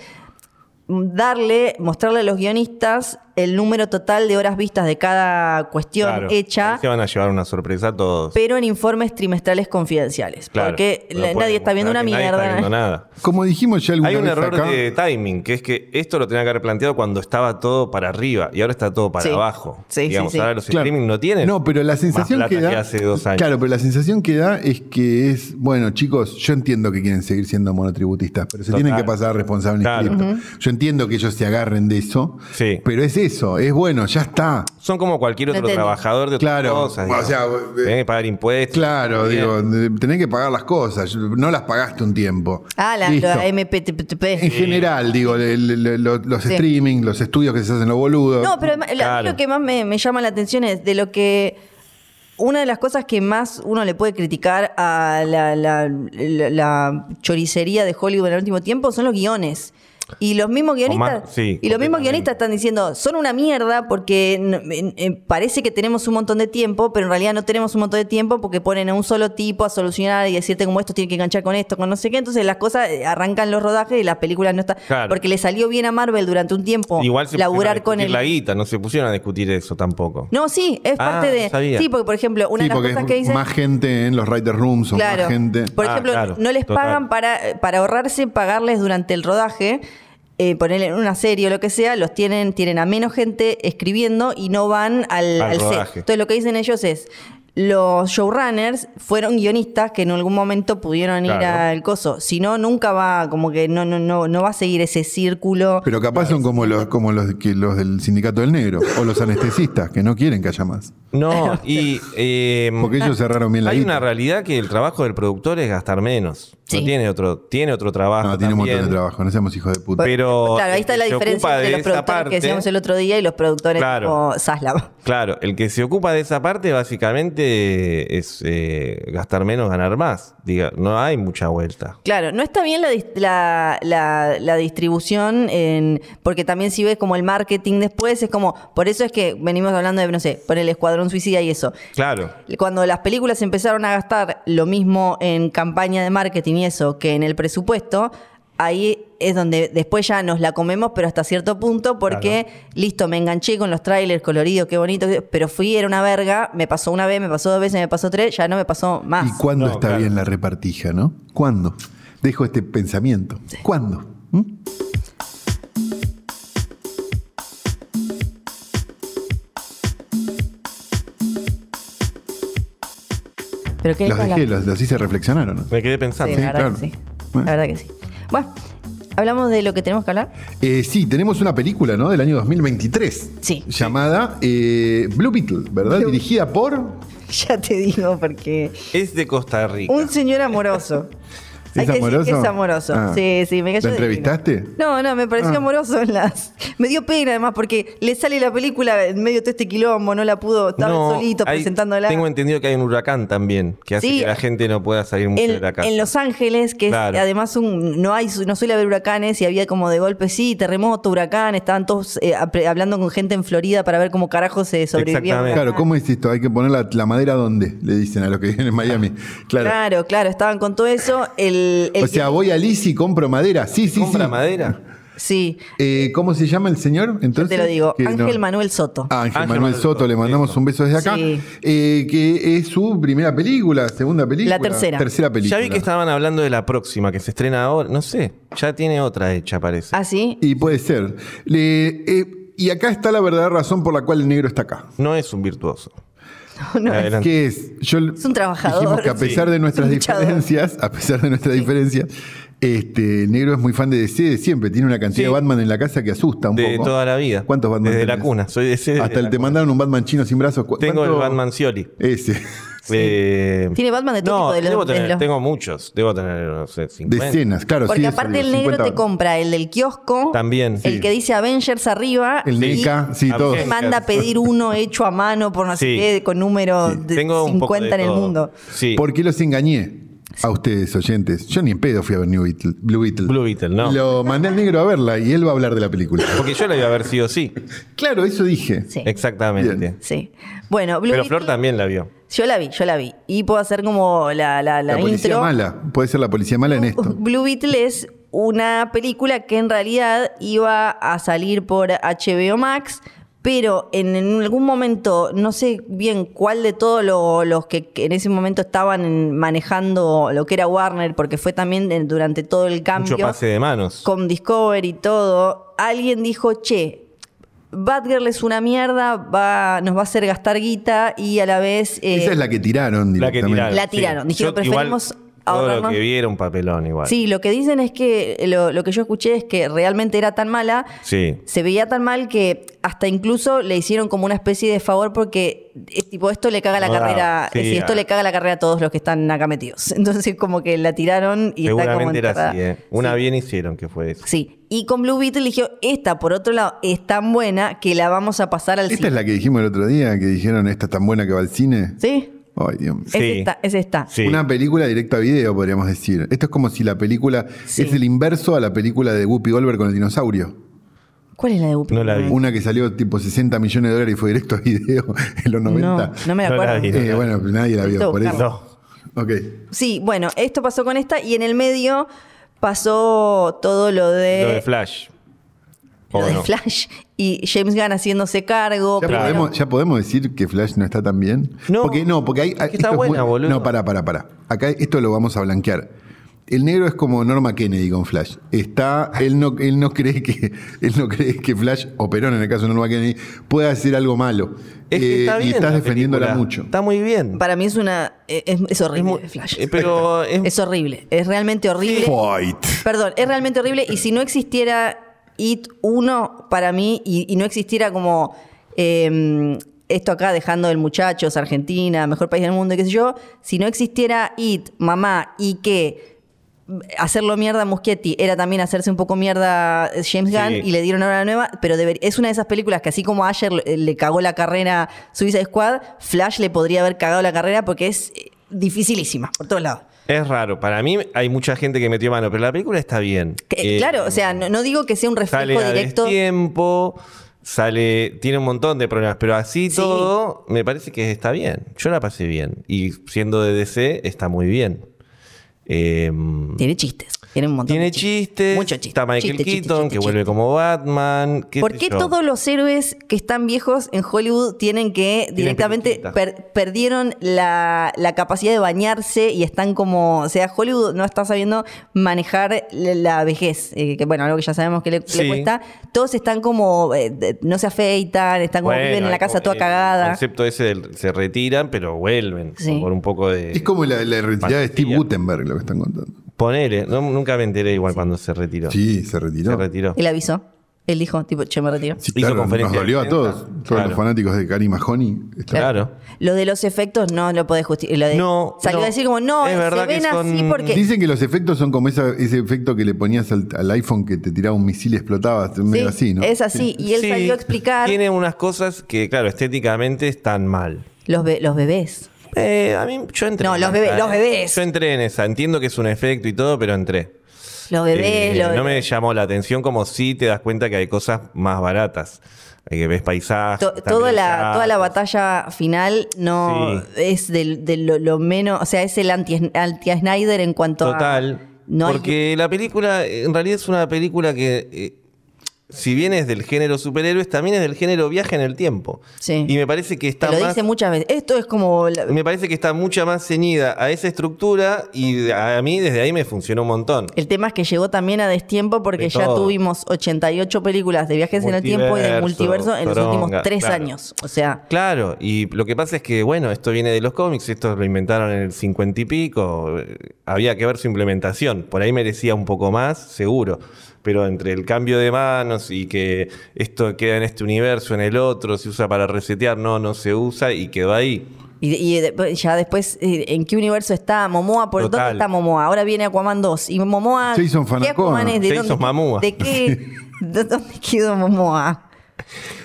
darle, mostrarle a los guionistas el número total de horas vistas de cada cuestión Claro. hecha, Ahí se van a llevar una sorpresa a todos. pero en informes trimestrales confidenciales. Claro, porque no la- pueden nadie está viendo una mostrar que nadie está mierda. viendo nada. Como dijimos ya alguna Hay un vez error acá, de timing, que es que esto lo tenía que haber planteado cuando estaba todo para arriba y ahora está todo para Sí. abajo. Sí, sí, Digamos, sí. ahora los Claro. streaming no tienen No, pero la sensación más que plata da. que hace dos años. Claro, pero la sensación que da es que es. Bueno, chicos, yo entiendo que quieren seguir siendo monotributistas, pero se Total. tienen que pasar responsables Claro. en cripto. Yo entiendo que ellos se agarren de eso, Sí. pero es eso, es bueno, ya está. Son como cualquier otro Entendí. trabajador de otras Claro, cosas. o digamos. sea, eh, Tienen que pagar impuestos. Claro, Bien. digo, de- tenés que pagar las cosas, no las pagaste un tiempo. Ah, la, Listo. la M P T P. En general, digo, le- le- le- lo- los Sí. streaming, los estudios que se hacen los boludos. No, pero la- Claro. lo que más me, me llama la atención es de lo que. Una de las cosas que más uno le puede criticar a la, la- la- la choricería de Hollywood en el último tiempo son los guiones. Y los mismos guionistas, más- sí, y los mismos completamente. guionistas están diciendo, son una mierda porque n- en- en- parece que tenemos un montón de tiempo, pero en realidad no tenemos un montón de tiempo porque ponen a un solo tipo a solucionar y decirte como esto tiene que enganchar con esto, con no sé qué. Entonces las cosas eh, arrancan los rodajes y las películas no están. Claro. Porque le salió bien a Marvel durante un tiempo Igual se laburar pusieron a con discutir el. la guita, no se pusieron a discutir eso tampoco. No, sí, es Ah, parte de. no sabía. Sí, porque por ejemplo, una Sí, de las porque cosas es que dicen. más gente en los writer rooms o Claro. más gente. Por Ah, ejemplo, claro, no les total. pagan para, para ahorrarse pagarles durante el rodaje. Eh, ponerle en una serie o lo que sea, los tienen, tienen a menos gente escribiendo y no van al, Al al set. rodaje. Entonces lo que dicen ellos es, los showrunners fueron guionistas que en algún momento pudieron ir Claro. al coso. Si no, nunca va, como que no, no, no, no va a seguir ese círculo. Pero capaz son como los, como los, que, los del sindicato del negro o los anestesistas que no quieren que haya más. No, y eh, Porque ellos cerraron bien la hay guita. una realidad que el trabajo del productor es gastar menos. Sí. No tiene otro, tiene otro trabajo. No, tiene un montón de también. trabajo, no seamos hijos de puta. Pero claro, ahí está el la que se diferencia ocupa entre de los esa productores parte- que decíamos el otro día y los productores Claro. como Zaslav. Claro, el que se ocupa de esa parte básicamente es eh, gastar menos, ganar más. Diga, no hay mucha vuelta. Claro, no está bien la, dis- la, la- la distribución, en, porque también si ves como el marketing después, es como, por eso es que venimos hablando de, no sé, por el Escuadrón Suicida y eso. Claro. Cuando las películas empezaron a gastar lo mismo en campaña de marketing y eso que en el presupuesto, ahí es donde después ya nos la comemos, pero hasta cierto punto, porque listo, me enganché con los trailers coloridos, qué bonito, pero fui, era una verga, me pasó una vez, me pasó dos veces, me pasó tres, ya no me pasó más. ¿Y cuándo No, está claro. bien la repartija, no? ¿Cuándo? Dejo este pensamiento. ¿Cuándo? ¿Mm? Pero qué Los linda dejé, la- los, los hice reflexionar, ¿o no? Me quedé pensando. Sí, la verdad claro. que sí. Bueno. La verdad que sí. Bueno, hablamos de lo que tenemos que hablar. Eh, sí, tenemos una película, ¿no? Del año dos mil veintitrés. Sí. Llamada eh, Blue Beetle, ¿verdad? Blue- Dirigida por... Ya te digo, porque Es de Costa Rica. un señor amoroso. ¿Es Hay que decir amoroso? que es amoroso. Ah. Sí, sí, me cayó ¿Lo divino. entrevistaste? No, no, me pareció Ah. amoroso en las. Me dio pena además porque le sale la película en medio de todo este quilombo, no la pudo, estaba No, solito hay- presentándola. Tengo entendido que hay un huracán también, que hace Sí. que la gente no pueda salir mucho de En, la casa. en Los Ángeles, que Claro. es además un, no hay no suele haber huracanes y había como de golpe, sí, terremoto, huracán, estaban todos eh, apre- hablando con gente en Florida para ver cómo carajo se sobrevivía. un Exactamente. huracán. Claro, ¿cómo es esto? Hay que poner la, la madera ¿dónde? Le dicen a los que viven en Miami. Claro. Claro, claro, estaban con todo eso. El, el O sea, que- voy a Liz y compro madera. Sí, sí, ¿Compra sí. madera? sí, Eh, ¿Cómo se llama el señor? yo Entonces, te lo digo, Que no- Ángel Manuel Soto. Ah, Ángel Ángel Manuel Manuel Soto, Soto, le mandamos eso. un beso desde acá. Sí. Eh, que es su primera película, segunda película. La tercera. Tercera película. Ya vi que estaban hablando de la próxima, que se estrena ahora. No sé, ya tiene otra hecha, parece. ¿Ah, sí? Y puede ser. Le- eh, y acá está la verdadera razón por la cual el negro está acá. No es un virtuoso. No, es- Adelante. ¿Qué es? Yo Es un trabajador, Dijimos que a pesar sí. de nuestras Es un luchador. diferencias, a pesar de nuestras diferencias, este, el negro es muy fan de D C de siempre. Tiene una cantidad Sí. de Batman en la casa que asusta un De poco. toda la vida. ¿Cuántos Batman Desde la tenés? cuna. Soy de ese. Hasta el te mandaron un Batman chino sin brazos. ¿Cu- Tengo el cuánto? Batman Scioli. Ese. Eh, Tiene Batman de todo no, tipo de los- debo de tener, los- tengo muchos. Debo tener, no sé, cincuenta. Decenas, claro. Porque sí, aparte eso, el negro cincuenta. te compra el del kiosco, También. el Sí. que dice Avengers arriba El y NECA, sí, Ah, todo. ok. te manda a pedir uno hecho a mano por no sé Sí. qué, con número de Tengo un poco de cincuenta en el todo. mundo. Sí. ¿Por qué los engañé? a ustedes, oyentes. Yo ni en pedo fui a ver New Beetle, Blue Beetle. Blue Beetle, no. Lo mandé al negro a verla y él va a hablar de la película. Porque yo la iba a ver sí o sí. Claro, eso dije. Sí. Exactamente. Bien. Sí. Bueno, Blue Pero Beetle, Flor también la vio. yo la vi, yo la vi. Y puedo hacer como la, la, la, La policía intro. mala. Puede ser la policía mala en esto. Blue Beetle es una película que en realidad iba a salir por H B O Max, pero en, en algún momento, no sé bien cuál de todos lo- los que, que en ese momento estaban manejando lo que era Warner, porque fue también de- durante todo el cambio Mucho pase de manos. con Discovery y todo, alguien dijo, che, Batgirl es una mierda, va, nos va a hacer gastar guita y a la vez... eh, Esa es la que tiraron La que directamente. tiraron. La tiraron. Dijeron, Yo igual, preferimos todo lo ahorrarnos- que vi era un papelón igual. Sí, lo que dicen es que lo, lo que yo escuché es que realmente era tan mala, Sí. se veía tan mal que hasta incluso le hicieron como una especie de favor porque es tipo esto le caga la No daba, carrera, sí, es decir, esto ah. le caga la carrera a todos los que están acá metidos. Entonces como que la tiraron y está como Seguramente era enterrada. así, ¿eh? Una Sí. bien hicieron que fue eso. Sí, y con Blue Beetle dijo, esta por otro lado es tan buena que la vamos a pasar al Esta cine. es la que dijimos el otro día, que dijeron esta es tan buena que va al cine. ¿Sí? Ay, Dios mío. Es Sí. esta, es esta. Sí. Una película directa a video, podríamos decir. Esto es como si la película Sí. es el inverso a la película de Whoopi Goldberg con el dinosaurio. ¿Cuál es la de Whoopi? No la vi. Una que salió tipo sesenta millones de dólares y fue directo a video en los No, noventa. no me No la acuerdo. vi. Eh, bueno, pues nadie la vio, Necesito por eso. buscarla. No. Ok. Sí, bueno, esto pasó con esta y en el medio pasó todo lo de, Lo de Flash. lo ¿O de no? Flash y James Gunn haciéndose cargo. ¿Ya pero- podemos, ¿Ya podemos decir que Flash no está tan bien? No. Porque no, porque hay. Es que esto está es buena, boludo. No, para, para, para. Acá esto lo vamos a blanquear. El negro es como Norma Kennedy con Flash. Está, él no, él no cree que, él no cree que Flash, o Perón en el caso de Norma Kennedy, pueda hacer algo malo. Es que Eh, está bien y estás la defendiéndola película. mucho. Está muy bien. Para mí es una. Es, es horrible Es muy- Flash. eh, pero es- Es horrible. Es realmente horrible. Fight. Perdón, es realmente horrible. Y si no existiera It uno para mí, y, y no existiera como. eh, esto acá dejando el Muchachos, Argentina, mejor país del mundo, y qué sé yo. Si no existiera It, Mamá, y que hacerlo mierda a Muschietti era también hacerse un poco mierda James Gunn Sí. y le dieron ahora la nueva, pero deber- es una de esas películas que así como a Ayer le, le cagó la carrera Suicide Squad, Flash le podría haber cagado la carrera porque es eh, dificilísima por todos lados. Es raro. Para mí hay mucha gente que metió mano, pero la película está bien. Que- Eh, claro, o sea, no, no digo que sea un Sale reflejo a directo. tiempo, sale, tiene un montón de problemas, pero así Sí. todo me parece que está bien. Yo la pasé bien. Y siendo de D C, está muy bien. Eh, Tiene chistes, tiene un montón tiene de chistes. Muchos chistes. Está Michael Chiste, chiste, Keaton, chiste, que vuelve chiste. como Batman. qué ¿Por sé qué yo. todos los héroes que están viejos en Hollywood tienen que directamente peluquita. per- perdieron la, la capacidad de bañarse y están como, o sea, Hollywood no está sabiendo manejar la, la vejez, eh, que bueno, algo que ya sabemos que le, le Sí. cuesta. Todos están como, eh, de- no se afeitan, están como Bueno, viven en la hay casa como toda el cagada. concepto ese del se retiran, pero vuelven. Sí. Por un poco de. Es como la, la retirada de Steve Fantasía. Gutenberg, lo que están contando. Ponele. No, nunca me enteré igual cuando se retiró. Sí, se retiró. Se retiró. Él avisó, él dijo, tipo, che, me retiro. Sí, Hizo claro, conferencia nos dolió de a todos. prensa. Todos Claro. los fanáticos de Karim Mahoney. Claro. Lo de los efectos no lo podés justificar. No, Salió no. a decir como, no, Es se verdad ven que son- así porque... Dicen que los efectos son como esa- ese efecto que le ponías al, al iPhone que te tiraba un misil y explotaba. Medio Sí, así, ¿no? es así. Y él Sí, salió a explicar Tiene unas cosas que, claro, estéticamente están mal. los, be- los bebés. Eh, a mí, yo entré. No, en los esa, bebés, eh. los bebés. Yo entré en esa. Entiendo que es un efecto y todo, pero entré. Los bebés, Eh, los no me bebés. llamó la atención como si te das cuenta que hay cosas más baratas. Hay que ves paisajes. To- están toda, bien la, hechos. toda la batalla final no Sí. es del- de, lo, lo menos, o sea, es el anti, anti Snyder en cuanto Total. a... No hay- porque la película, en realidad es una película que, eh, si bien es del género superhéroes, también es del género viaje en el tiempo. Sí. Y me parece que está te lo más... dice muchas veces. Esto es como... la- Me parece que está mucha más ceñida a esa estructura y a mí desde ahí me funcionó un montón. el tema es que llegó también a destiempo porque De ya todo. tuvimos ochenta y ocho películas de viajes en el tiempo y de Multiverso, multiverso en los últimos poronga, tres claro. años. O sea, Claro, y lo que pasa es que, bueno, esto viene de los cómics, esto lo inventaron en el cincuenta y pico, eh, había que ver su implementación, por ahí merecía un poco más, seguro, pero entre el cambio de manos y que esto queda en este universo, en el otro, se usa para resetear, no, no se usa y quedó ahí. y, y de- ya después, eh, ¿en qué universo está Momoa? ¿Por Total. dónde está Momoa? Ahora viene Aquaman dos. Y Momoa... Jason ¿qué Fanacoa. Aquaman es? ¿De Jason dónde, Momoa. ¿De qué? ¿De dónde quedó Momoa?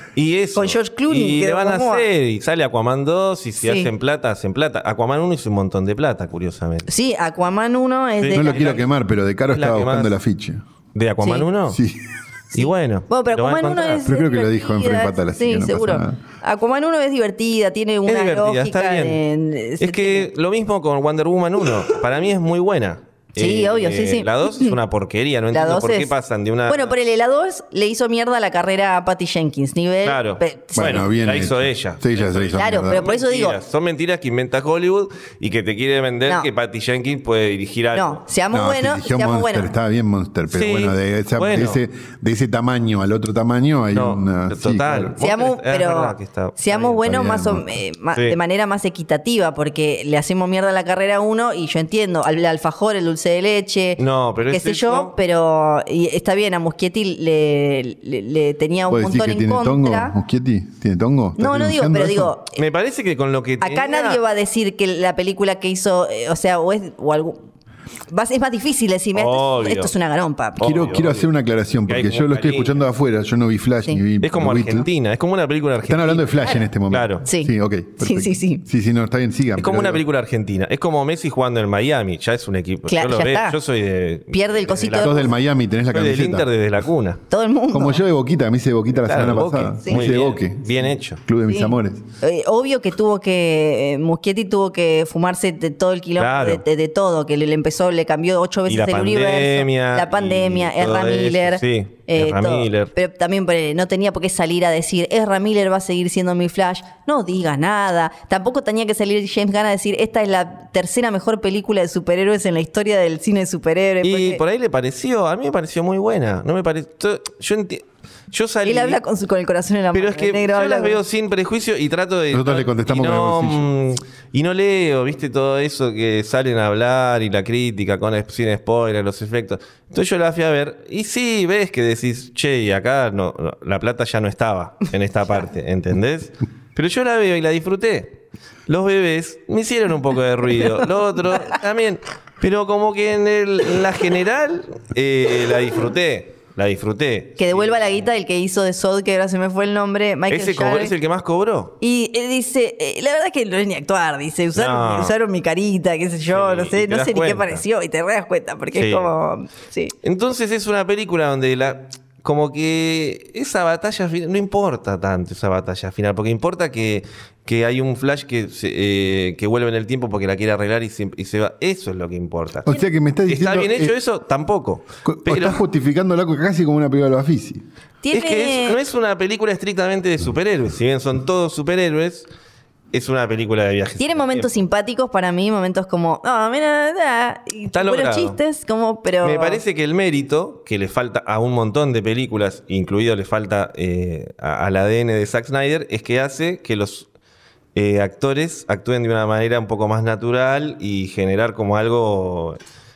Y eso. Con George Clooney, Y que le van a como- hacer. Y sale Aquaman dos. Y si Sí. hacen plata, hacen plata. Aquaman uno hizo un montón de plata, curiosamente. Sí, Aquaman uno es Sí. de... No lo Es quiero la- quemar, pero de caro es la estaba que buscando más- el afiche. ¿De Aquaman Sí. uno? Sí. Y bueno. Bueno, pero lo va a Aquaman uno encontrar. es Pero creo que lo dijo en divertida, Frame Fatal, así sí, que no pasa seguro. nada. Aquaman uno es divertida, tiene una Es divertida, lógica está bien. de- Es que lo mismo con Wonder Woman uno. Para mí es muy buena. Sí, obvio, sí, sí. La dos es una porquería. No La entiendo dos por qué es- pasan de una. Bueno, pero el la dos le hizo mierda la carrera a Patty Jenkins. Nivel... Claro. pe- Bueno, Bueno, bien la hizo hecho. ella. Sí, ella se hizo Claro, mierda. pero por eso digo- Mentiras, son mentiras que inventa Hollywood y que te quiere vender No. que Patty Jenkins puede dirigir algo. No, seamos No, buenos, dirigió seamos Monster, buenos. estaba bien Monster, pero Sí, bueno, de, esa- bueno. de ese, de ese tamaño al otro tamaño hay No, una... sí, total. claro. Seamos, Es pero verdad que está- está seamos bien, buenos está más bien, o- ¿no? eh, ma- Sí. de manera más equitativa, porque le hacemos mierda a la carrera a uno y yo entiendo, al alfajor, el dulce de leche, No, pero qué es sé eso. yo, pero y está bien, a Muschietti le, le, le tenía un ¿Vos decís montón que en tiene tongo, contra. Muschietti? ¿Tiene tongo? ¿Estás No, no digo, denunciando pero eso? digo, Me parece que con lo que acá tenía- nadie va a decir que la película que hizo, eh, o sea, o es o algún va- es más difícil decirme, esto, Obvio. esto es una garompa. Quiero, Obvio, quiero obvio. hacer una aclaración, Que hay porque como yo lo estoy cariño. escuchando de afuera, yo no vi Flash Sí. ni vi Es como The Beatles. Argentina, es como una película argentina. Están hablando de Flash en este momento. Claro. Sí. Sí, ok. Sí, perfecto. sí, sí. Sí, sí, no, está bien, sigan. Es como pero una digo, película argentina. Es como Messi jugando en Miami. Ya es un equipo. Claro, yo lo ya veo. está. Yo soy de. Pierde el de cosito la- de- Sos del Miami, tenés la soy del camiseta. Inter desde la cuna. Todo el mundo. Como yo de Boquita, me hice de Boquita la Claro, semana Boque. pasada. Sí. Me Muy hice de bien. Boque. Bien hecho. Club de mis Sí. amores. Eh, obvio que tuvo que, eh, Muschietti tuvo que fumarse de todo el quilombo, Claro. de, de- de todo, que le, le empezó, le cambió ocho veces Y la el pandemia, universo, la pandemia, y todo Ezra eso, Miller, sí, eh, Ezra todo. Miller. Pero también eh, no tenía por qué salir a decir, Ezra Miller va a seguir siendo mi Flash, no diga nada. Tampoco tenía que salir James Gunn a decir, esta es la tercera mejor película de superhéroes en la historia del cine de superhéroes. Y porque por ahí le pareció, a mí me pareció muy buena. No me pareció. Yo enti- Yo salí. él habla con, su- con el corazón en la mano. Pero es que el negro yo habla las con- veo sin prejuicio y trato de. Nosotros le contestamos y con el no, bolsillo. mm, Y no leo, viste, todo eso que salen a hablar y la crítica con sin spoiler, los efectos. Entonces yo la fui a ver y sí, ves que decís, che, y acá no, no, la plata ya no estaba en esta parte, ¿entendés? Pero yo la veo y la disfruté. Los bebés me hicieron un poco de ruido. Lo otro también. Pero como que en, el- en la general eh, la disfruté. La disfruté. Que devuelva la guita del que hizo de Sod, que ahora se me fue el nombre, Michael ¿Ese cobró- Jarre. es el que más cobró? Y él dice, eh, la verdad es que no es ni actuar, dice, usaron, No. usaron mi carita, qué sé yo, Sí, no y sé, te no das sé ni qué cuenta. pareció, y te das cuenta, porque Sí. es como, sí. Entonces es una película donde la como que esa batalla final, no importa tanto esa batalla final, porque importa que, que hay un Flash que, se- eh, que vuelve en el tiempo porque la quiere arreglar y se, y se va. Eso es lo que importa. O sea que me estás diciendo... ¿Está bien hecho eh, eso? Tampoco. co- o Pero estás justificándolo casi como una película de Bafisi. Tiene, es que es- no es una película estrictamente de superhéroes. Si bien son todos superhéroes, es una película de viajes. tiene en el momentos tiempo. simpáticos para mí, momentos como, no, mira, da", y Está buenos logrado. chistes, como, pero... Me parece que el mérito, que le falta a un montón de películas, incluido le falta eh, a- al A D N de Zack Snyder, es que hace que los eh, actores actúen de una manera un poco más natural y generar como algo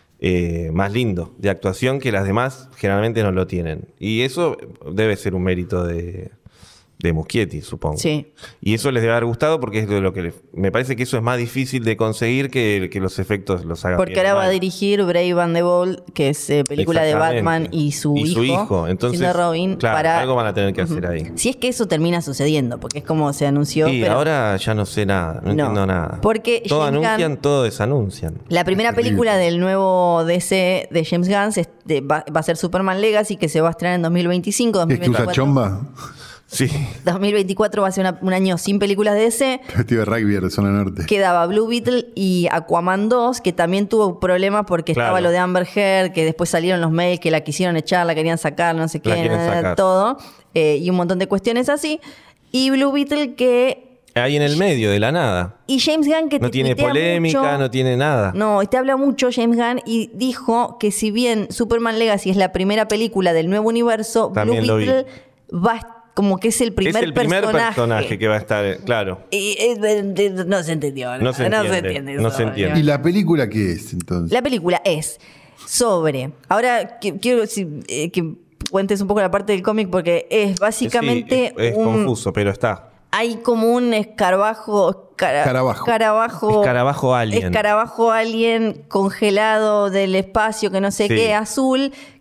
eh, más lindo de actuación que las demás generalmente no lo tienen. Y eso debe ser un mérito de, de Muschietti, supongo. Sí. Y eso les debe haber gustado porque es de lo que le- me parece que eso es más difícil de conseguir que, que los efectos los hagan Porque bien o ahora va a mal. dirigir Brave and the Bold, que es eh, película de Exactamente. Batman y su y hijo. su hijo. Entonces, siendo Robin, claro, para... algo van a tener que hacer ahí. Si es que eso termina sucediendo, porque es como se anunció, Y pero... ahora ya no sé nada, no, No, entiendo nada. porque todo James Gunn- anuncian, todo desanuncian. La primera Terrible. película del nuevo D C de James Gunn se- de- va, va a ser Superman Legacy, que se va a estrenar en dos mil veinticinco, ¿Es que usa dos mil veinticuatro. chomba? Sí. dos mil veinticuatro va a ser una- un año sin películas de D C. Vestido de rugby de zona norte. Quedaba Blue Beetle y Aquaman dos, que también tuvo problemas porque Claro. estaba lo de Amber Heard, que después salieron los mails que la quisieron echar, la querían sacar, no sé La qué, quieren nada, sacar. todo. eh, y un montón de cuestiones así. Y Blue Beetle que... Ahí en el medio, de la nada. Y James Gunn que No te tiene tuitea polémica, mucho. no tiene nada. No, y te habla mucho James Gunn y dijo que si bien Superman Legacy es la primera película del nuevo universo, También Blue lo vi. Beetle va a- como que es el primer es el primer personaje. personaje que va a estar, eh, claro. Y, eh, eh, no se entendió. No se entiende, entiende no eso, se entiende. ¿Y la película qué es entonces? La película es sobre... Ahora qui- quiero si- eh, que cuentes un poco la parte del cómic porque es básicamente Sí, es, es un... confuso, pero está. Hay como un escarabajo... cara- Escarabajo. Escarabajo. Escarabajo alien. Escarabajo alien congelado del espacio, que no sé Sí. qué, azul,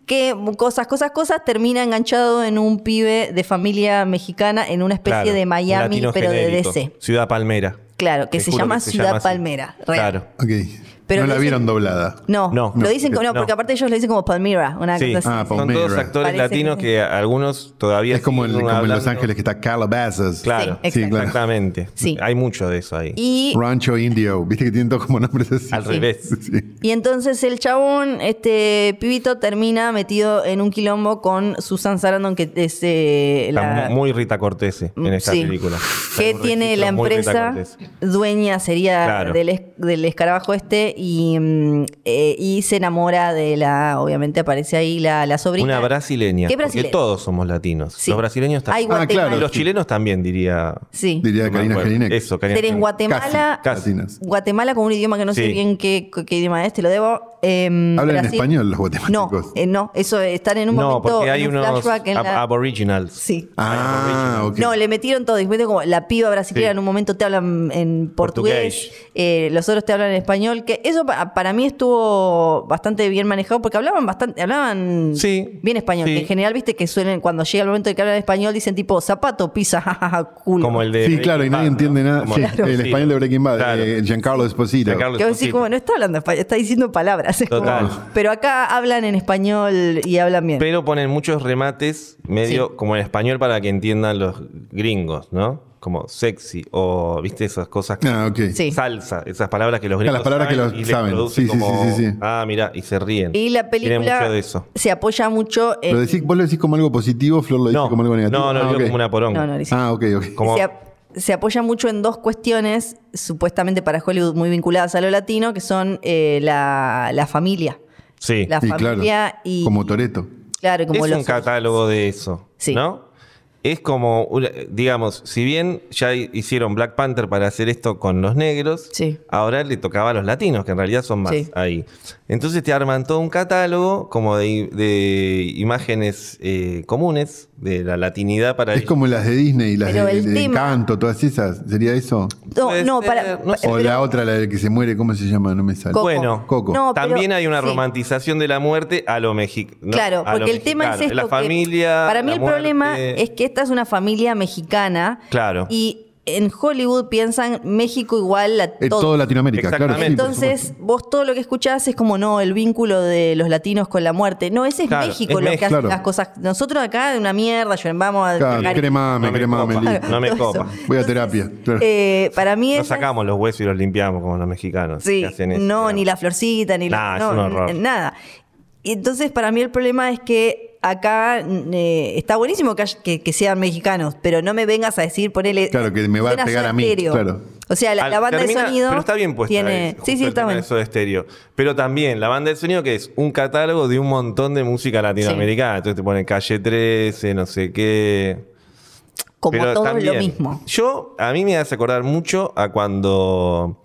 que cosas, cosas, cosas, termina enganchado en un pibe de familia mexicana en una especie Claro, de un Miami, latino pero genérico. de D C. Ciudad Palmera. Claro, que Te se juro llama que se Ciudad llama así. Palmera. Real. Claro. Ok. Pero no la dicen- vieron doblada. No, No. lo dicen como, no, No. porque aparte ellos lo dicen como Palmyra, una Sí. cosa Ah, así. Palmyra. Son todos actores Parece latinos que- que algunos todavía Es como, el, siguen como en Los hablando- Ángeles que está Calabasas. Claro, Sí, exacto. exactamente. Sí. Hay mucho de eso ahí. Y, Rancho Indio. Viste que tienen todos como nombres así. Al revés. Sí. y entonces el chabón, este pibito, termina metido en un quilombo con Susan Sarandon, que es eh, Está la... mu- muy Rita Cortese en esta Sí. película. que Hay un tiene la registro muy Rita empresa Cortese. dueña sería Claro. del, es- del escarabajo este y, mm, eh, y se enamora de la, obviamente aparece ahí la, la sobrina. Una brasileña. ¿Qué Porque brasileña? todos somos latinos. Sí. Los brasileños Hay también. Ah, claro. Guatemala. Y los chilenos también, diría. Sí. Diría No me Karina acuerdo. Jelinek. Eso, Karina Tenés Jelinek. Guatemala, Casi, latinas. Guatemala con un idioma que no sé Sí. bien qué, qué idioma es, te lo debo. Em, Hablan en Brasil- español los No, guatemaltecos. eh, no, eso están en un No, momento porque hay en un unos flashback en ab- la... aboriginals. Sí. Ah, ok. No, le metieron todo. Después como la piba brasileña Sí. en un momento te hablan en portugués, Portugués. eh, los otros te hablan en español. Que eso pa- para mí estuvo bastante bien manejado porque hablaban bastante, hablaban Sí, bien español. sí. Que en general, viste que suelen, cuando llega el momento de que hablan español, dicen tipo zapato, pizza, jajaja, culo. Como el de. Sí, claro, y nadie Breaking Bad, entiende ¿no? nada. Como Sí, el- el sí. español de Breaking Bad, Claro. eh, Giancarlo Esposito. Giancarlo Que vos decís Esposito. como, no está hablando español, está diciendo palabras. Es como- Total. pero acá hablan en español y hablan bien. Pero ponen muchos remates medio Sí. como en español para que entiendan los gringos, ¿no? Como sexy o, ¿viste? Esas cosas. que- Ah, ok. Sí. Salsa, esas palabras que los gringos las palabras que saben los y les saben. produce Sí, sí, como, sí, sí, sí. Ah, mira, y se ríen. Y la Tiene película mucho de eso. se apoya mucho en... ¿Lo decís, ¿Vos lo decís como algo positivo, Flor lo dice No, como algo negativo? no, no, ah, yo ok. como una poronga. No, no, dice- Ah, ok, ok. Como- Se, ap- se apoya mucho en dos cuestiones, supuestamente para Hollywood muy vinculadas a lo latino, que son eh, la, la familia. Sí. La Sí, familia claro. y... Como Toreto. Claro, como Es los... un catálogo de eso, Sí. ¿no? Es como, una- digamos, si bien ya hicieron Black Panther para hacer esto con los negros, Sí. ahora le tocaba a los latinos, que en realidad son más Sí. ahí. Entonces te arman todo un catálogo como de, de imágenes eh, comunes de la latinidad para Es ellos. como las de Disney, las Pero de, el de tema- Encanto, todas esas. ¿Sería eso? No, Puede no, ser, para... no sé. O pero- la otra, la del que se muere, ¿cómo se llama? No me sale. Coco. Bueno, Coco. No, pero- también hay una sí. romantización de la muerte a lo mexicano. Claro, porque el tema es esto. La que familia. para mí la el problema muerte. es que esta es una familia mexicana. Claro. Y en Hollywood piensan México igual a Eh, todo. todo Latinoamérica, claro. Exactamente. Sí, por Entonces, supuesto. vos todo lo que escuchás es como, no, el vínculo de los latinos con la muerte. No, ese es Claro, México es lo que México. hace Claro. las cosas. Nosotros acá, una mierda, lloramos, vamos a... Claro, cagar- cremame, No me cremame. copa. listo. No me Todo copa. eso. Voy a terapia. Claro. Eh, para mí No esa- sacamos los huesos y los limpiamos como los mexicanos. Sí, que hacen eso, no, digamos. ni la florcita, ni Nah, la... es no, un horror. n- nada. Y entonces, para mí el problema es que acá eh, está buenísimo que, haya- que, que sean mexicanos, pero no me vengas a decir, ponele... Claro, que me va a suena pegar Soda a mí, Stereo. claro. O sea, la, Al- la banda termina- de sonido... Pero está bien puesta. Tiene, eh, justo sí, sí, el está tema bueno. de Soda Stereo. Pero también la banda de sonido que es un catálogo de un montón de música latinoamericana. Entonces te ponen Calle trece, no sé qué. Como Pero todo también, lo mismo. Yo, a mí me hace acordar mucho a cuando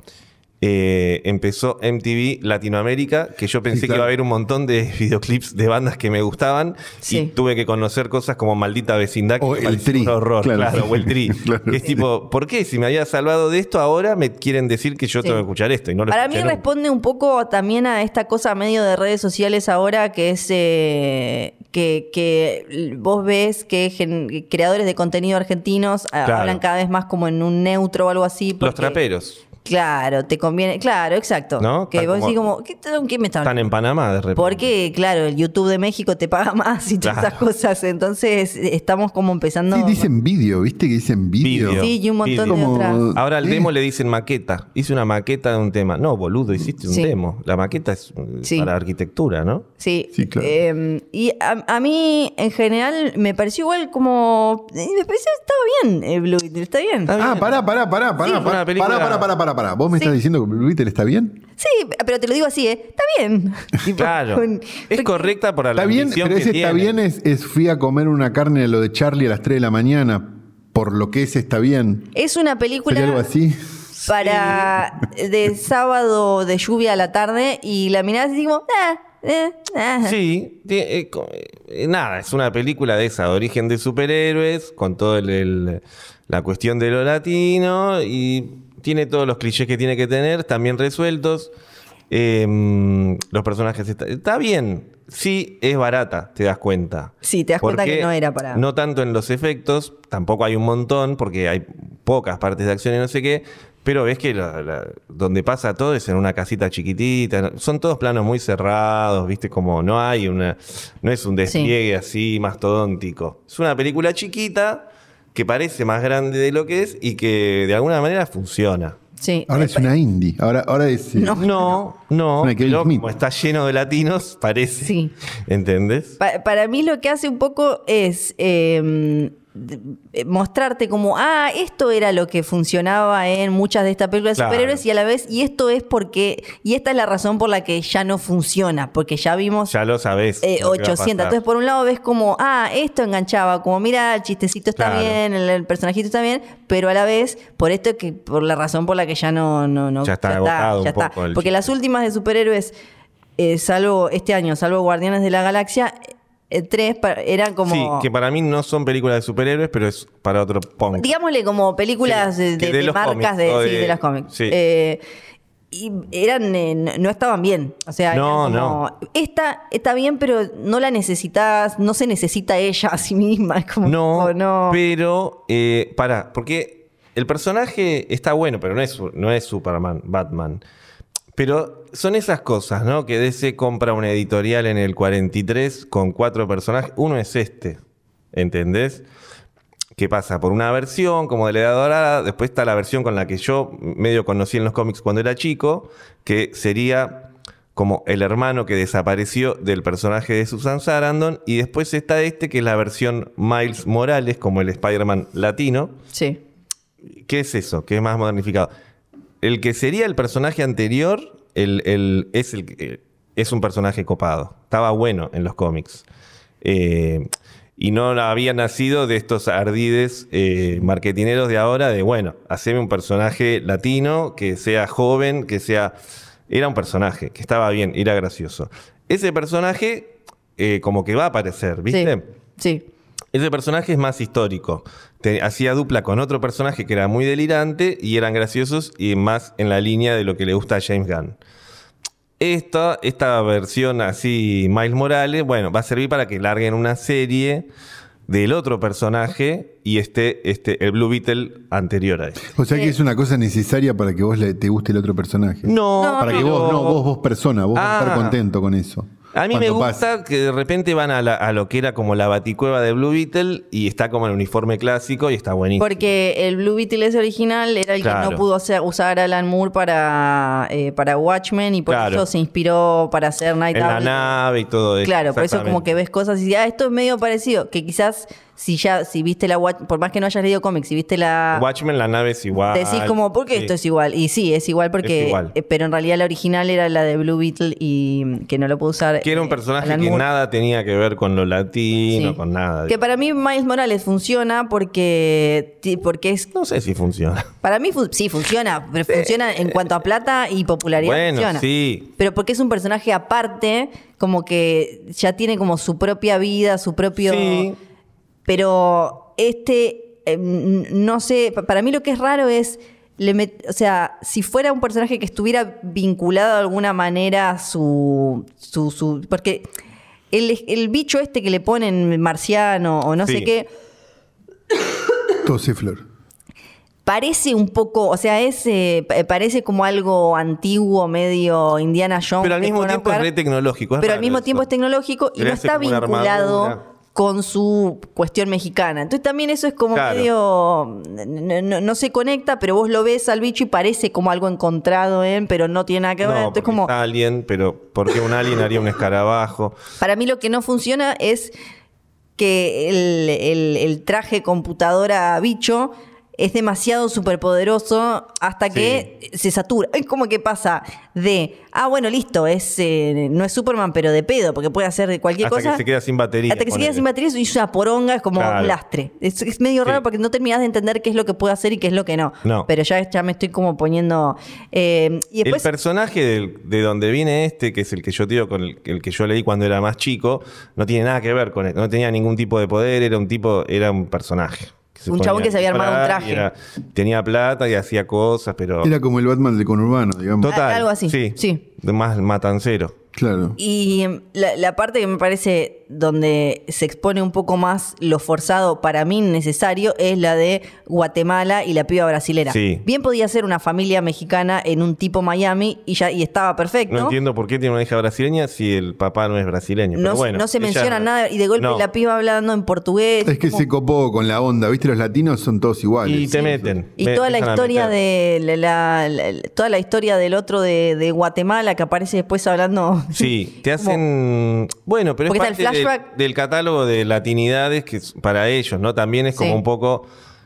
eh, empezó M T V Latinoamérica, que yo pensé Sí, que iba claro. a haber un montón de videoclips de bandas que me gustaban Sí. y tuve que conocer cosas como Maldita Vecindad, que O me el pareció Tri, un horror, claro. claro, o el Tri. Claro, que es sí. tipo, ¿por qué? Si me había salvado de esto, ahora me quieren decir que yo Sí. tengo que escuchar esto y no lo Para mí escuché nunca. responde un poco también a esta cosa medio de redes sociales ahora, que es eh, que, que vos ves que gen- creadores de contenido argentinos ah, Claro. hablan cada vez más como en un neutro o algo así. Los porque- traperos Claro, te conviene. Claro, exacto. ¿No? Que Están vos como- decís como, ¿qué, ¿qué me está están hablando? en Panamá de repente. Porque, claro, el YouTube de México te paga más y todas Claro. esas cosas. Entonces, estamos como empezando. Sí, dicen vídeo, ¿viste que dicen vídeo? Vídeo. Sí, y un montón Vídeo. de Como- otras. Ahora al ¿Qué? demo le dicen maqueta. Hice una maqueta de un tema. No, boludo, hiciste un Sí. demo. La maqueta es eh, Sí. para arquitectura, ¿no? Sí, Sí, claro. eh, y a, a mí, en general, me pareció igual como. eh, Me pareció que estaba bien, eh, Blue Beetle, está bien. Está Ah, bien. pará, pará, pará, pará, Sí, pará, una película- pará, pará, pará, pará, pará. ¿Vos me Sí. estás diciendo que Blue Beetle está bien? Sí, pero te lo digo así, ¿eh? Está bien. Tipo, Claro. con- Es porque- correcta por la Está bien, ambición pero que ese está tiene. bien es, es fui a comer una carne a lo de Charlie a las tres de la mañana. Por lo que es está bien. Es una película ¿Sería algo así? para de sábado de lluvia a la tarde y la mirás y digo, ah, eh, ah. Sí, ti- eh, co- eh, nada, es una película de esa, de origen de superhéroes, con todo el, el- la cuestión de lo latino y tiene todos los clichés que tiene que tener, también resueltos. Eh, los personajes está, está bien. sí es barata, te das cuenta. Sí, te das cuenta Porque que no era para... No tanto en los efectos, tampoco hay un montón, porque hay pocas partes de acción y no sé qué, pero ves que la, la, donde pasa todo es en una casita chiquitita. Son todos planos muy cerrados, ¿viste? Como no hay una... No es un despliegue sí. así mastodóntico. Es una película chiquita que parece más grande de lo que es y que de alguna manera funciona. Sí. Ahora es una indie. Ahora, ahora es. No. No, no. Una Kevin Pero Smith. como está lleno de latinos, parece. Sí. ¿Entendés? Pa- para mí lo que hace un poco es eh, de- mostrarte como, ah, esto era lo que funcionaba en muchas de estas películas Claro. de superhéroes y a la vez, y esto es porque, y esta es la razón por la que ya no funciona, porque ya vimos Ya lo sabés. eh, lo que va a ochocientos. pasar. Entonces, por un lado ves como, ah, esto enganchaba, como mira, el chistecito está Claro. bien, el, el personajito está bien, pero a la vez, por esto que, por la razón por la que ya no, no, no Ya está agotado un poco el Porque chiste. las últimas de superhéroes, eh, salvo este año, salvo Guardianes de la Galaxia, eh, tres pa- eran como. Sí, que para mí no son películas de superhéroes, pero es para otro punk. Digámosle como películas Sí, de, que de- de de los marcas cómics, de, o sí, de- de las cómics. sí. Eh, y eran, eh, no no estaban bien. O sea, No, eran como, no. esta está bien, pero no la necesitas, no se necesita ella a sí misma. Es como, No, oh, no. pero eh, pará, porque el personaje está bueno, pero no es, no es Superman, Batman. Pero son esas cosas, ¿no? Que D C compra una editorial en el cuarenta y tres con cuatro personajes. Uno es este, ¿entendés? ¿Qué pasa? Por una versión como de la Edad Dorada, después está la versión con la que yo medio conocí en los cómics cuando era chico, que sería como el hermano que desapareció del personaje de Susan Sarandon, y después está este que es la versión Miles Morales, como el Spider-Man latino. Sí. ¿Qué es eso? ¿Qué es más modernificado? El que sería el personaje anterior, el, el, es, el, eh, es un personaje copado. Estaba bueno en los cómics. Eh, y no había nacido de estos ardides eh, marketineros de ahora de, bueno, haceme un personaje latino, que sea joven, que sea... Era un personaje, que estaba bien, era gracioso. Ese personaje eh, como que va a aparecer, ¿viste? Sí. Sí. Ese personaje es más histórico. Te- hacía dupla con otro personaje que era muy delirante y eran graciosos y más en la línea de lo que le gusta a James Gunn. Esta, esta versión así, Miles Morales, bueno, va a servir para que larguen una serie del otro personaje y esté este, el Blue Beetle anterior a él. O sea que es una cosa necesaria para que vos le, te guste el otro personaje. No, No, Para que pero- vos, no, vos, vos persona, vos vas a estar Ah. contento con eso. A mí me Cuando gusta pase. que de repente van a, la- a lo que era como la baticueva de Blue Beetle y está como el uniforme clásico y está buenísimo. Porque el Blue Beetle ese original era el que Claro. no pudo hacer- usar Alan Moore para, eh, para Watchmen y por Claro. eso se inspiró para hacer Night en la Owl. nave y todo eso. Claro, por eso como exactamente. que ves cosas y dices, ah, esto es medio parecido. Que quizás si ya, si viste la Watch, por más que no hayas leído cómics, si viste la... Watchmen, la nave es igual. Decís como, ¿por qué Sí. esto es igual? Y sí, es igual porque... Es igual. eh, pero en realidad la original era la de Blue Beetle y mm, que no lo pudo usar. Que era un eh, personaje Alan que Moore. nada tenía que ver con lo latino, Sí. con nada. Que para mí Miles Morales funciona porque, ti- porque es... No sé si funciona. Para mí fu- sí funciona, pero funciona en cuanto a plata y popularidad. Bueno, funciona. sí. Pero porque es un personaje aparte, como que ya tiene como su propia vida, su propio... Sí. Pero este, eh, n- no sé, pa- para mí lo que es raro es, le met- o sea, si fuera un personaje que estuviera vinculado de alguna manera a su, su, su- porque el, el bicho este que le ponen marciano o no Sí. sé qué, Tose, Flor. parece un poco, o sea, es, eh, pa- parece como algo antiguo, medio Indiana Jones. Pero al que mismo fueron a tiempo es buscar. re tecnológico. es Pero al raro mismo eso. tiempo es tecnológico y Le no hace está como una vinculado armadura. con su cuestión mexicana. Entonces también eso es como Claro. medio... No, no- no se conecta, pero vos lo ves al bicho y parece como algo encontrado en, pero no tiene nada que ver. No, Entonces porque como... es alien, pero ¿por qué un alien haría un escarabajo? Para mí lo que no funciona es que el, el- el traje computadora bicho es demasiado superpoderoso hasta que se satura. Es como que pasa de, ah, bueno, listo, es eh, no es Superman, pero de pedo, porque puede hacer cualquier Hasta cosa. que se queda sin batería. Hasta que se queda ponele. sin batería y una poronga, es como Claro. un lastre. Es, es medio Sí. raro porque no terminás de entender qué es lo que puede hacer y qué es lo que no. No. Pero ya, ya me estoy como poniendo... eh, y después... El personaje del- de donde viene este, que es el que yo te digo, con el, el que yo leí cuando era más chico, no tiene nada que ver con él. No tenía ningún tipo de poder, era un tipo, era un personaje. que se Un ponía chabón que a se había armado un disparar traje. y era- tenía plata y hacía cosas, pero... Era como el Batman del conurbano, digamos. Total. algo así, sí. De más matancero. Claro. Y la, la parte que me parece donde se expone un poco más lo forzado, para mí necesario, es la de Guatemala y la piba brasilera. Sí. Bien podía ser una familia mexicana en un tipo Miami y ya y estaba perfecto. No entiendo por qué tiene una hija brasileña si el papá no es brasileño. No, pero bueno, no se ella- menciona nada y de golpe No. la piba hablando en portugués. Es que como- se copó con la onda, ¿viste? Los latinos son todos iguales. Y te meten. Y me- toda la empiezan a historia meter. de la, la- la- toda la historia del otro de, de Guatemala que aparece después hablando. Sí, te hacen... Bueno, pero es Porque está parte el del- flashback. del catálogo de latinidades que es para ellos, ¿no? También es como Sí. un poco...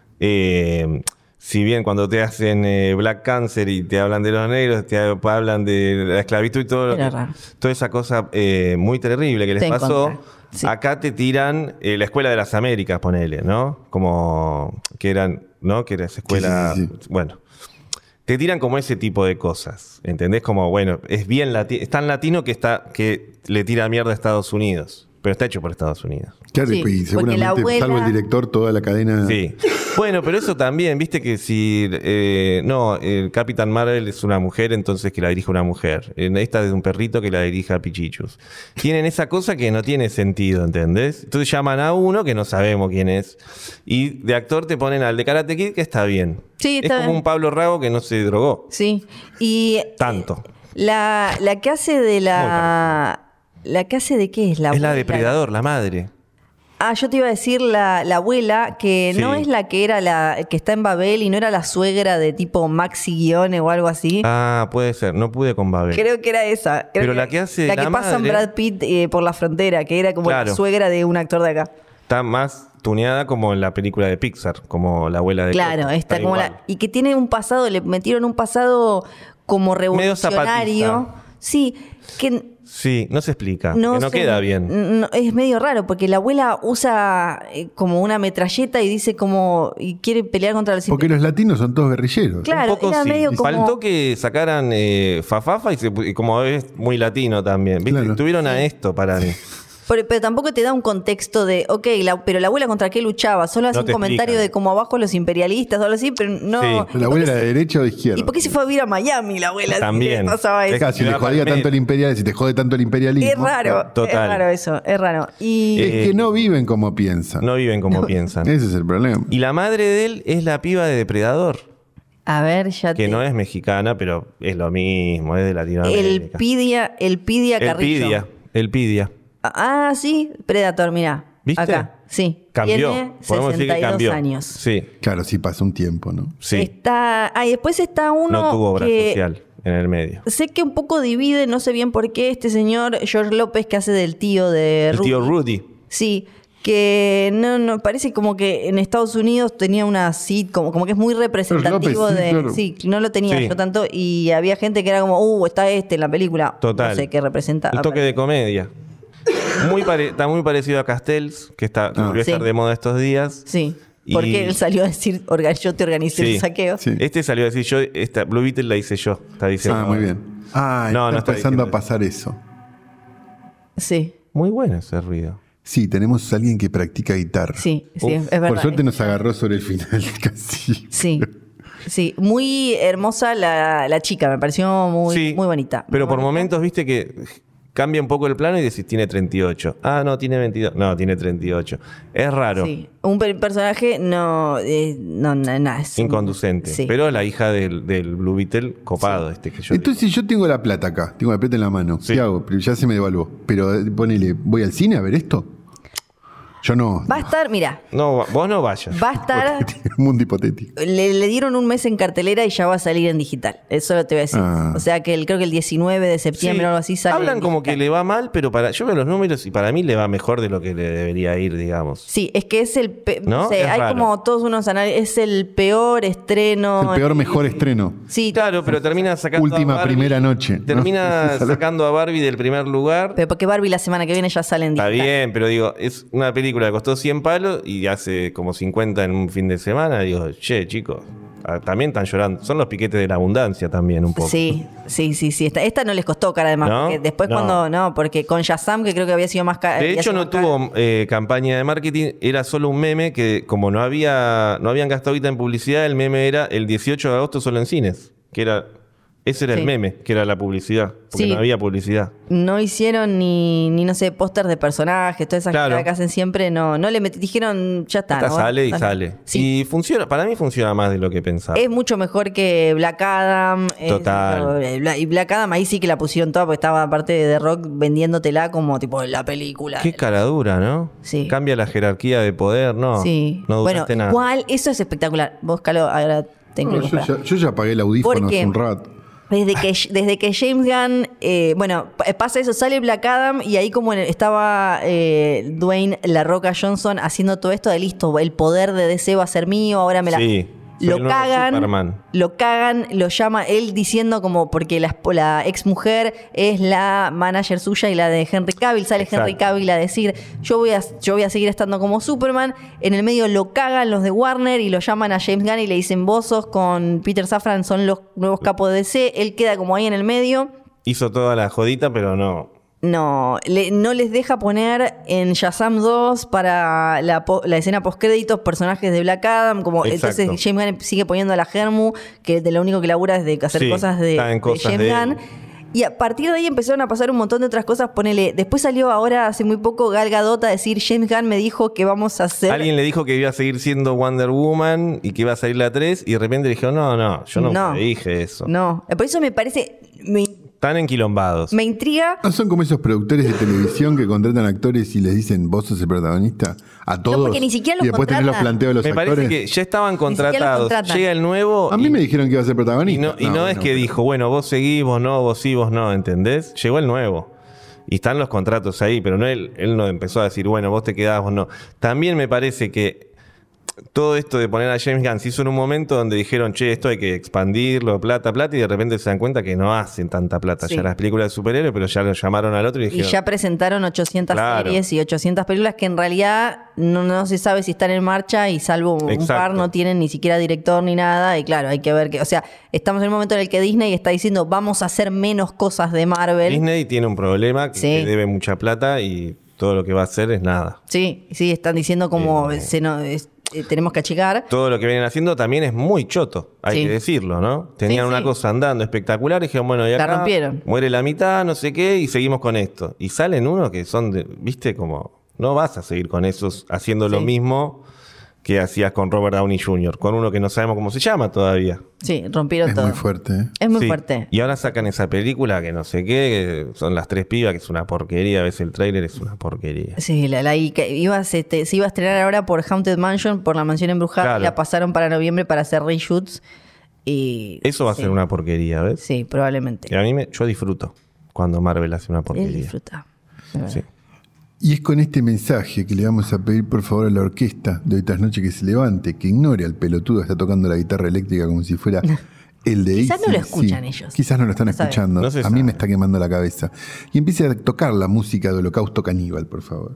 eh, si bien cuando te hacen eh, Black Cancer y te hablan de los negros, te hablan de la esclavitud y todo lo Era que- raro. toda esa cosa eh, muy terrible que les Te pasó, encontré, sí. acá te tiran eh, la Escuela de las Américas, ponele, ¿no? Como que eran, ¿no? Que era esa escuela... Sí, sí, sí. Bueno. Te tiran como ese tipo de cosas, ¿entendés? Como, bueno, es bien lati- es tan latino que está que le tira mierda a Estados Unidos, pero está hecho por Estados Unidos. Claro, Sí, y porque seguramente, la abuela- salvo el director, toda la cadena. Sí. Bueno, pero eso también, viste que si... eh, no, el Capitán Marvel es una mujer, entonces que la dirija una mujer. En esta es de un perrito que la dirija Pichichus. Tienen esa cosa que no tiene sentido, ¿entendés? Entonces llaman a uno que no sabemos quién es. Y de actor te ponen al de Karate Kid, que está bien. Sí, es está como bien. un Pablo Rago que no se drogó. Sí. Y Tanto. la, la que hace de la. ¿La que hace de qué es la Es la abuela? depredador, la madre. Ah, yo te iba a decir la, la abuela, que no Sí. es la que era la que está en Babel y no era la suegra de tipo Maxi Guione o algo así. Ah, puede ser. No pude con Babel. Creo que era esa. Creo Pero la que hace La que la pasa en madre- Brad Pitt eh, por la frontera, que era como la Claro. suegra de un actor de acá. Está más tuneada como en la película de Pixar, como la abuela de Claro, Coco. está como igual. la. Y que tiene un pasado, le metieron un pasado como Medio revolucionario. zapatista. Sí, que Sí, no se explica. no, que no sé, queda bien. no- es medio raro porque la abuela usa eh, como una metralleta y dice como y quiere pelear contra los Porque los latinos son todos guerrilleros. Claro, Un poco era sí. medio como- Faltó que sacaran eh, Fafafa y, se pu- y como es muy latino también. ¿Viste? Claro. Tuvieron a esto para mí. Pero, pero tampoco te da un contexto de, ok, la- pero la abuela contra qué luchaba. Solo hace No un te comentario explican. de como abajo los imperialistas o algo así, pero no. Sí. ¿Y ¿La por abuela qué era de se- derecha o de izquierda? ¿Y por qué se fue a vivir a Miami la abuela? si También. le pasaba eso? Es Claro, si le Ciudad jodía Palmera. tanto el imperial, si te jode tanto el imperialismo. Es raro, Total. es raro eso, es raro. Y Es Eh, que no viven como piensan. No viven como piensan. Ese es el problema. Y la madre de él es la piba de Depredador, a ver, ya que te... no es mexicana, pero es lo mismo, es de el Latinoamérica. Pidia, el Pidia El Carrillo. Pidia. El Pidia. Ah, sí, Predator, mirá. ¿Viste? Acá, sí. Cambió. Tiene Podemos decir que sesenta y dos cambió. años. Sí, Claro, sí pasa un tiempo, ¿no? sí. Está... Ah, y después está uno No tuvo obra que... social en el medio. Sé que un poco divide, no sé bien por qué, este señor George López que hace del tío de El Rudy. tío Rudy. Sí, que no, no, parece como que en Estados Unidos tenía una sitcom, como que es muy representativo López, sí, de... claro. Sí, no lo tenía Sí. yo tanto y había gente que era como, uh, está este en la película. Total. No sé qué representa. El toque de comedia. Muy pare- está muy parecido a Castells, que está, Ah. volvió a Sí. estar de moda estos días. Sí, Y- porque él salió a decir, "Orga- yo te organicé Sí. el saqueo. Sí. Este salió a decir yo, esta Blue Beetle la hice yo. Está diciendo. Ah, muy bien. Ah, No, está no está empezando diciendo a pasar eso. Sí, Muy bueno ese ruido. Sí, tenemos a alguien que practica guitarra. sí, sí, Uf. es verdad. Por suerte nos agarró sobre el final casi. Sí, sí, muy hermosa la, la chica, me pareció muy, Sí, muy bonita. Pero Muy por bonita. momentos, viste que cambia un poco el plano y decís, tiene treinta y ocho. Ah, no, tiene veintidós. No, tiene treinta y ocho. Es raro. Sí, un per- personaje no, eh, no, no, no, es un- Inconducente. Sí. Pero la hija del, del Blue Beetle, copado este que yo digo. Entonces yo tengo la plata acá, tengo la plata en la mano. Sí. ¿Qué hago? Pero ya se me devaluó. Pero eh, ponele, ¿voy al cine a ver esto? Yo no. Va a estar, mira, No, vos no vayas. va a estar, Mundo hipotético. le, le dieron un mes en cartelera y ya va a salir en digital. Eso lo te voy a decir. Ah. O sea que el, creo que el diecinueve de septiembre Sí, o algo así sale. hablan en como que digital. le va mal, pero para yo veo los números y para mí le va mejor de lo que le debería ir, digamos. Sí, es que es el. pe- ¿No? No sé, Es hay raro. como todos unos análisis. Es el peor estreno. El peor, mejor estreno. Sí, Claro, pero termina sacando Última a Barbie- primera noche, ¿no? Termina Esa la- sacando a Barbie del primer lugar. pero porque Barbie la semana que viene ya sale en Está digital. bien, pero digo, es una película que costó cien palos y hace como cincuenta en un fin de semana. Digo, che, chicos, ah, también están llorando. Son los piquetes de la abundancia también un poco. Sí, sí, sí, sí. Esta, esta no les costó cara además. ¿No? Porque después No. cuando. No, porque con Shazam, que creo que había sido más cara. De hecho, no tuvo eh, campaña de marketing, era solo un meme que, como no había no habían gastado guita en publicidad, el meme era el dieciocho de agosto solo en cines. Que era Ese era Sí. el meme, que era la publicidad. Porque Sí. no había publicidad. No hicieron ni, ni no sé, póster de personajes, todas esas Claro. cosas que hacen siempre, no, no le met- dijeron, ya está. Esta ¿no? sale y Dale. sale. Sí. Y funciona, para mí funciona más de lo que pensaba. Es mucho mejor que Black Adam. es- Total. eh, Bla- y Black Adam ahí sí que la pusieron toda porque estaba aparte de The Rock vendiéndotela como tipo la película. Qué cara dura, ¿no? Sí. Cambia la jerarquía de poder, ¿no. Sí. No bueno, duraste nada. igual, eso es espectacular. Vos, Calo, ahora te No, incluyo. yo, espera. ya, yo ya apagué el audífono ¿Por qué? hace un rato. Desde que, desde que James Gunn, eh, bueno, pa- pasa eso, sale Black Adam y ahí como en el- estaba eh, Dwayne La Roca Johnson haciendo todo esto de listo, el poder de D C va a ser mío, ahora me la... Sí, soy Lo el nuevo cagan, Superman. lo cagan, lo llama él diciendo como porque la, esp- la ex mujer es la manager suya y la de Henry Cavill, sale Exacto. Henry Cavill a decir yo voy a, yo voy a seguir estando como Superman, en el medio lo cagan los de Warner y lo llaman a James Gunn y le dicen vos sos con Peter Safran son los nuevos capos de D C, él queda como ahí en el medio. Hizo toda la jodita, pero no. No, le- no les deja poner en Shazam dos para la, po- la escena postcréditos personajes de Black Adam. Como, Exacto. entonces James Gunn sigue poniendo a la Germu, que de lo único que labura es de hacer Sí, cosas de, está en de cosas James de él. Gunn. Y a partir de ahí empezaron a pasar un montón de otras cosas. Ponele, después salió ahora hace muy poco Gal Gadot a decir James Gunn me dijo que vamos a hacer... Alguien le dijo que iba a seguir siendo Wonder Woman y que iba a salir la tres y de repente dijo, no, no, yo no, No. dije eso. No, por eso me parece... Me, Están enquilombados. me intriga... ¿No son como esos productores de televisión que contratan actores y les dicen vos sos el protagonista? A todos. porque ni siquiera los y después tenés los contratan. planteos de los Me actores. parece que ya estaban siquiera los contratados. contratan. Llega el nuevo. A mí y- me dijeron que iba a ser Y protagonista. no, y no es bueno, que pero- dijo, bueno, vos seguís, vos no, vos sí, vos no, ¿entendés? Llegó el nuevo. Y están los contratos ahí, pero no él, él no empezó a decir, bueno, vos te quedás, vos no. También me parece que todo esto de poner a James Gunn se hizo en un momento donde dijeron, che, esto hay que expandirlo, plata, plata, y de repente se dan cuenta que no hacen tanta plata Sí. ya las películas de superhéroes, pero ya lo llamaron al otro y Y dijeron, ya presentaron ochocientas Claro. series y ochocientas películas que en realidad no, no se sabe si están en marcha y salvo un Exacto. par no tienen ni siquiera director ni nada. Y claro, hay que ver que, o sea, estamos en un momento en el que Disney está diciendo vamos a hacer menos cosas de Marvel. Disney tiene un problema que, Sí. que debe mucha plata y todo lo que va a hacer es nada. Sí, sí, están diciendo como Eh. se no- es- eh, tenemos que achicar. Todo lo que vienen haciendo también es muy choto, hay Sí. que decirlo, ¿no? Tenían Sí, una sí. cosa andando espectacular y dijeron, bueno, y La acá rompieron. muere la mitad, no sé qué, y seguimos con esto. Y salen unos que son, de, viste, como, no vas a seguir con esos haciendo lo Sí. mismo que hacías con Robert Downey junior, con uno que no sabemos cómo se llama todavía. Sí, rompieron Es todo. muy fuerte, ¿eh? Es muy Sí. fuerte. Y ahora sacan esa película que no sé qué, que son las tres pibas, que es una porquería, ves el tráiler, es una porquería. Sí, la, la- y que iba, se, te- se iba a estrenar ahora por Haunted Mansion, por la mansión embrujada, Claro. y la pasaron para noviembre para hacer reshoots. Y, Eso va a sí, ser una porquería, ¿ves? Sí, probablemente. Y a mí me, yo disfruto cuando Marvel hace una Él porquería. disfruta. Sí. Y es con este mensaje que le vamos a pedir por favor a la orquesta de hoy tras noche que se levante, que ignore al pelotudo que está tocando la guitarra eléctrica como si fuera el de Quizás no A C/D C. lo escuchan ellos. Quizás no lo están No saben. escuchando. No se a sabe. mí me está quemando la cabeza. Y empiece a tocar la música de Holocausto Caníbal, por favor.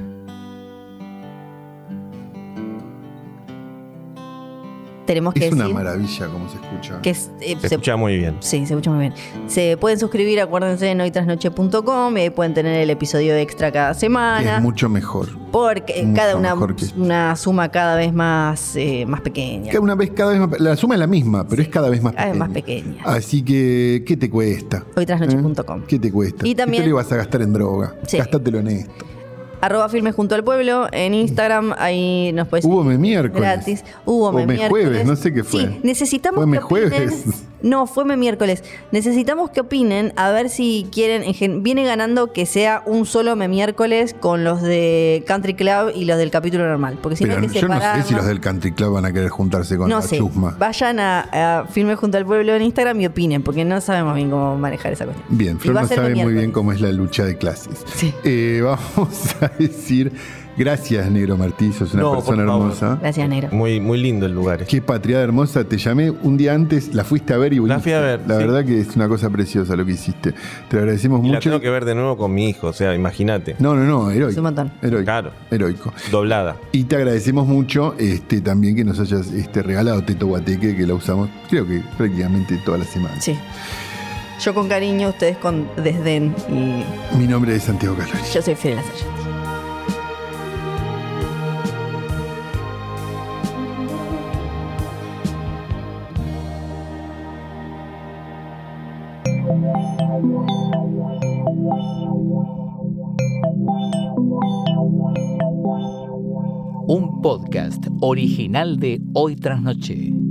Tenemos que Es una decir maravilla como se escucha. que es, eh, Se se- escucha muy bien. Sí, se escucha muy bien. Se pueden suscribir, acuérdense, en hoy tras noche punto com y ahí pueden tener el episodio extra cada Que semana. es mucho mejor. Porque mucho cada una, mejor que- una suma cada vez más, eh, más pequeña. Cada una vez, cada vez más, la suma es la misma, pero es cada vez más cada vez pequeña. más pequeña. Así que, ¿qué te cuesta? hoy tras noche punto com. ¿Eh? ¿Qué te cuesta? Y también- ¿Qué te lo ibas a gastar en droga? Sí. Gastátelo en esto. Arroba Filmes Junto al Pueblo en Instagram, ahí nos puedes Hubo me miércoles. gratis. Hubo O me me miércoles. jueves, no sé qué fue. Sí, necesitamos ¿Fue me que opinen. jueves? No, fue me miércoles. Necesitamos que opinen a ver si quieren. en gen- Viene ganando que sea un solo me miércoles con los de Country Club y los del capítulo normal. Porque si no Pero hay que yo no sé separarnos. si los del Country Club van a querer juntarse con No la sé. chusma. Vayan a, a Filmes Junto al Pueblo en Instagram y opinen, porque no sabemos bien cómo manejar esa cuestión. Bien, Y Flor va a no ser sabe me muy bien miércoles. cómo es la lucha de clases. Sí. Eh, vamos a decir gracias, Negro Martí, sos una No, persona por favor. hermosa. Gracias, Negro. Muy, muy lindo el lugar. Qué patriada hermosa, te llamé un día antes, la fuiste a ver y La volviste. fui a ver, La sí. verdad que es una cosa preciosa lo que hiciste. Te lo agradecemos Y la mucho. tengo que ver de nuevo con mi hijo, o sea, imagínate. No, no, no, heroico. Es un montón. Heroico. Claro. Heroico. Doblada. Y te agradecemos mucho este, también que nos hayas este, regalado Teto Guateque, que la usamos creo que prácticamente toda la semana. Sí. Yo con cariño, ustedes con desdén y Mi nombre es Santiago Calori. yo soy Fidel Sargenti. Un podcast original de Hoy Tras Noche.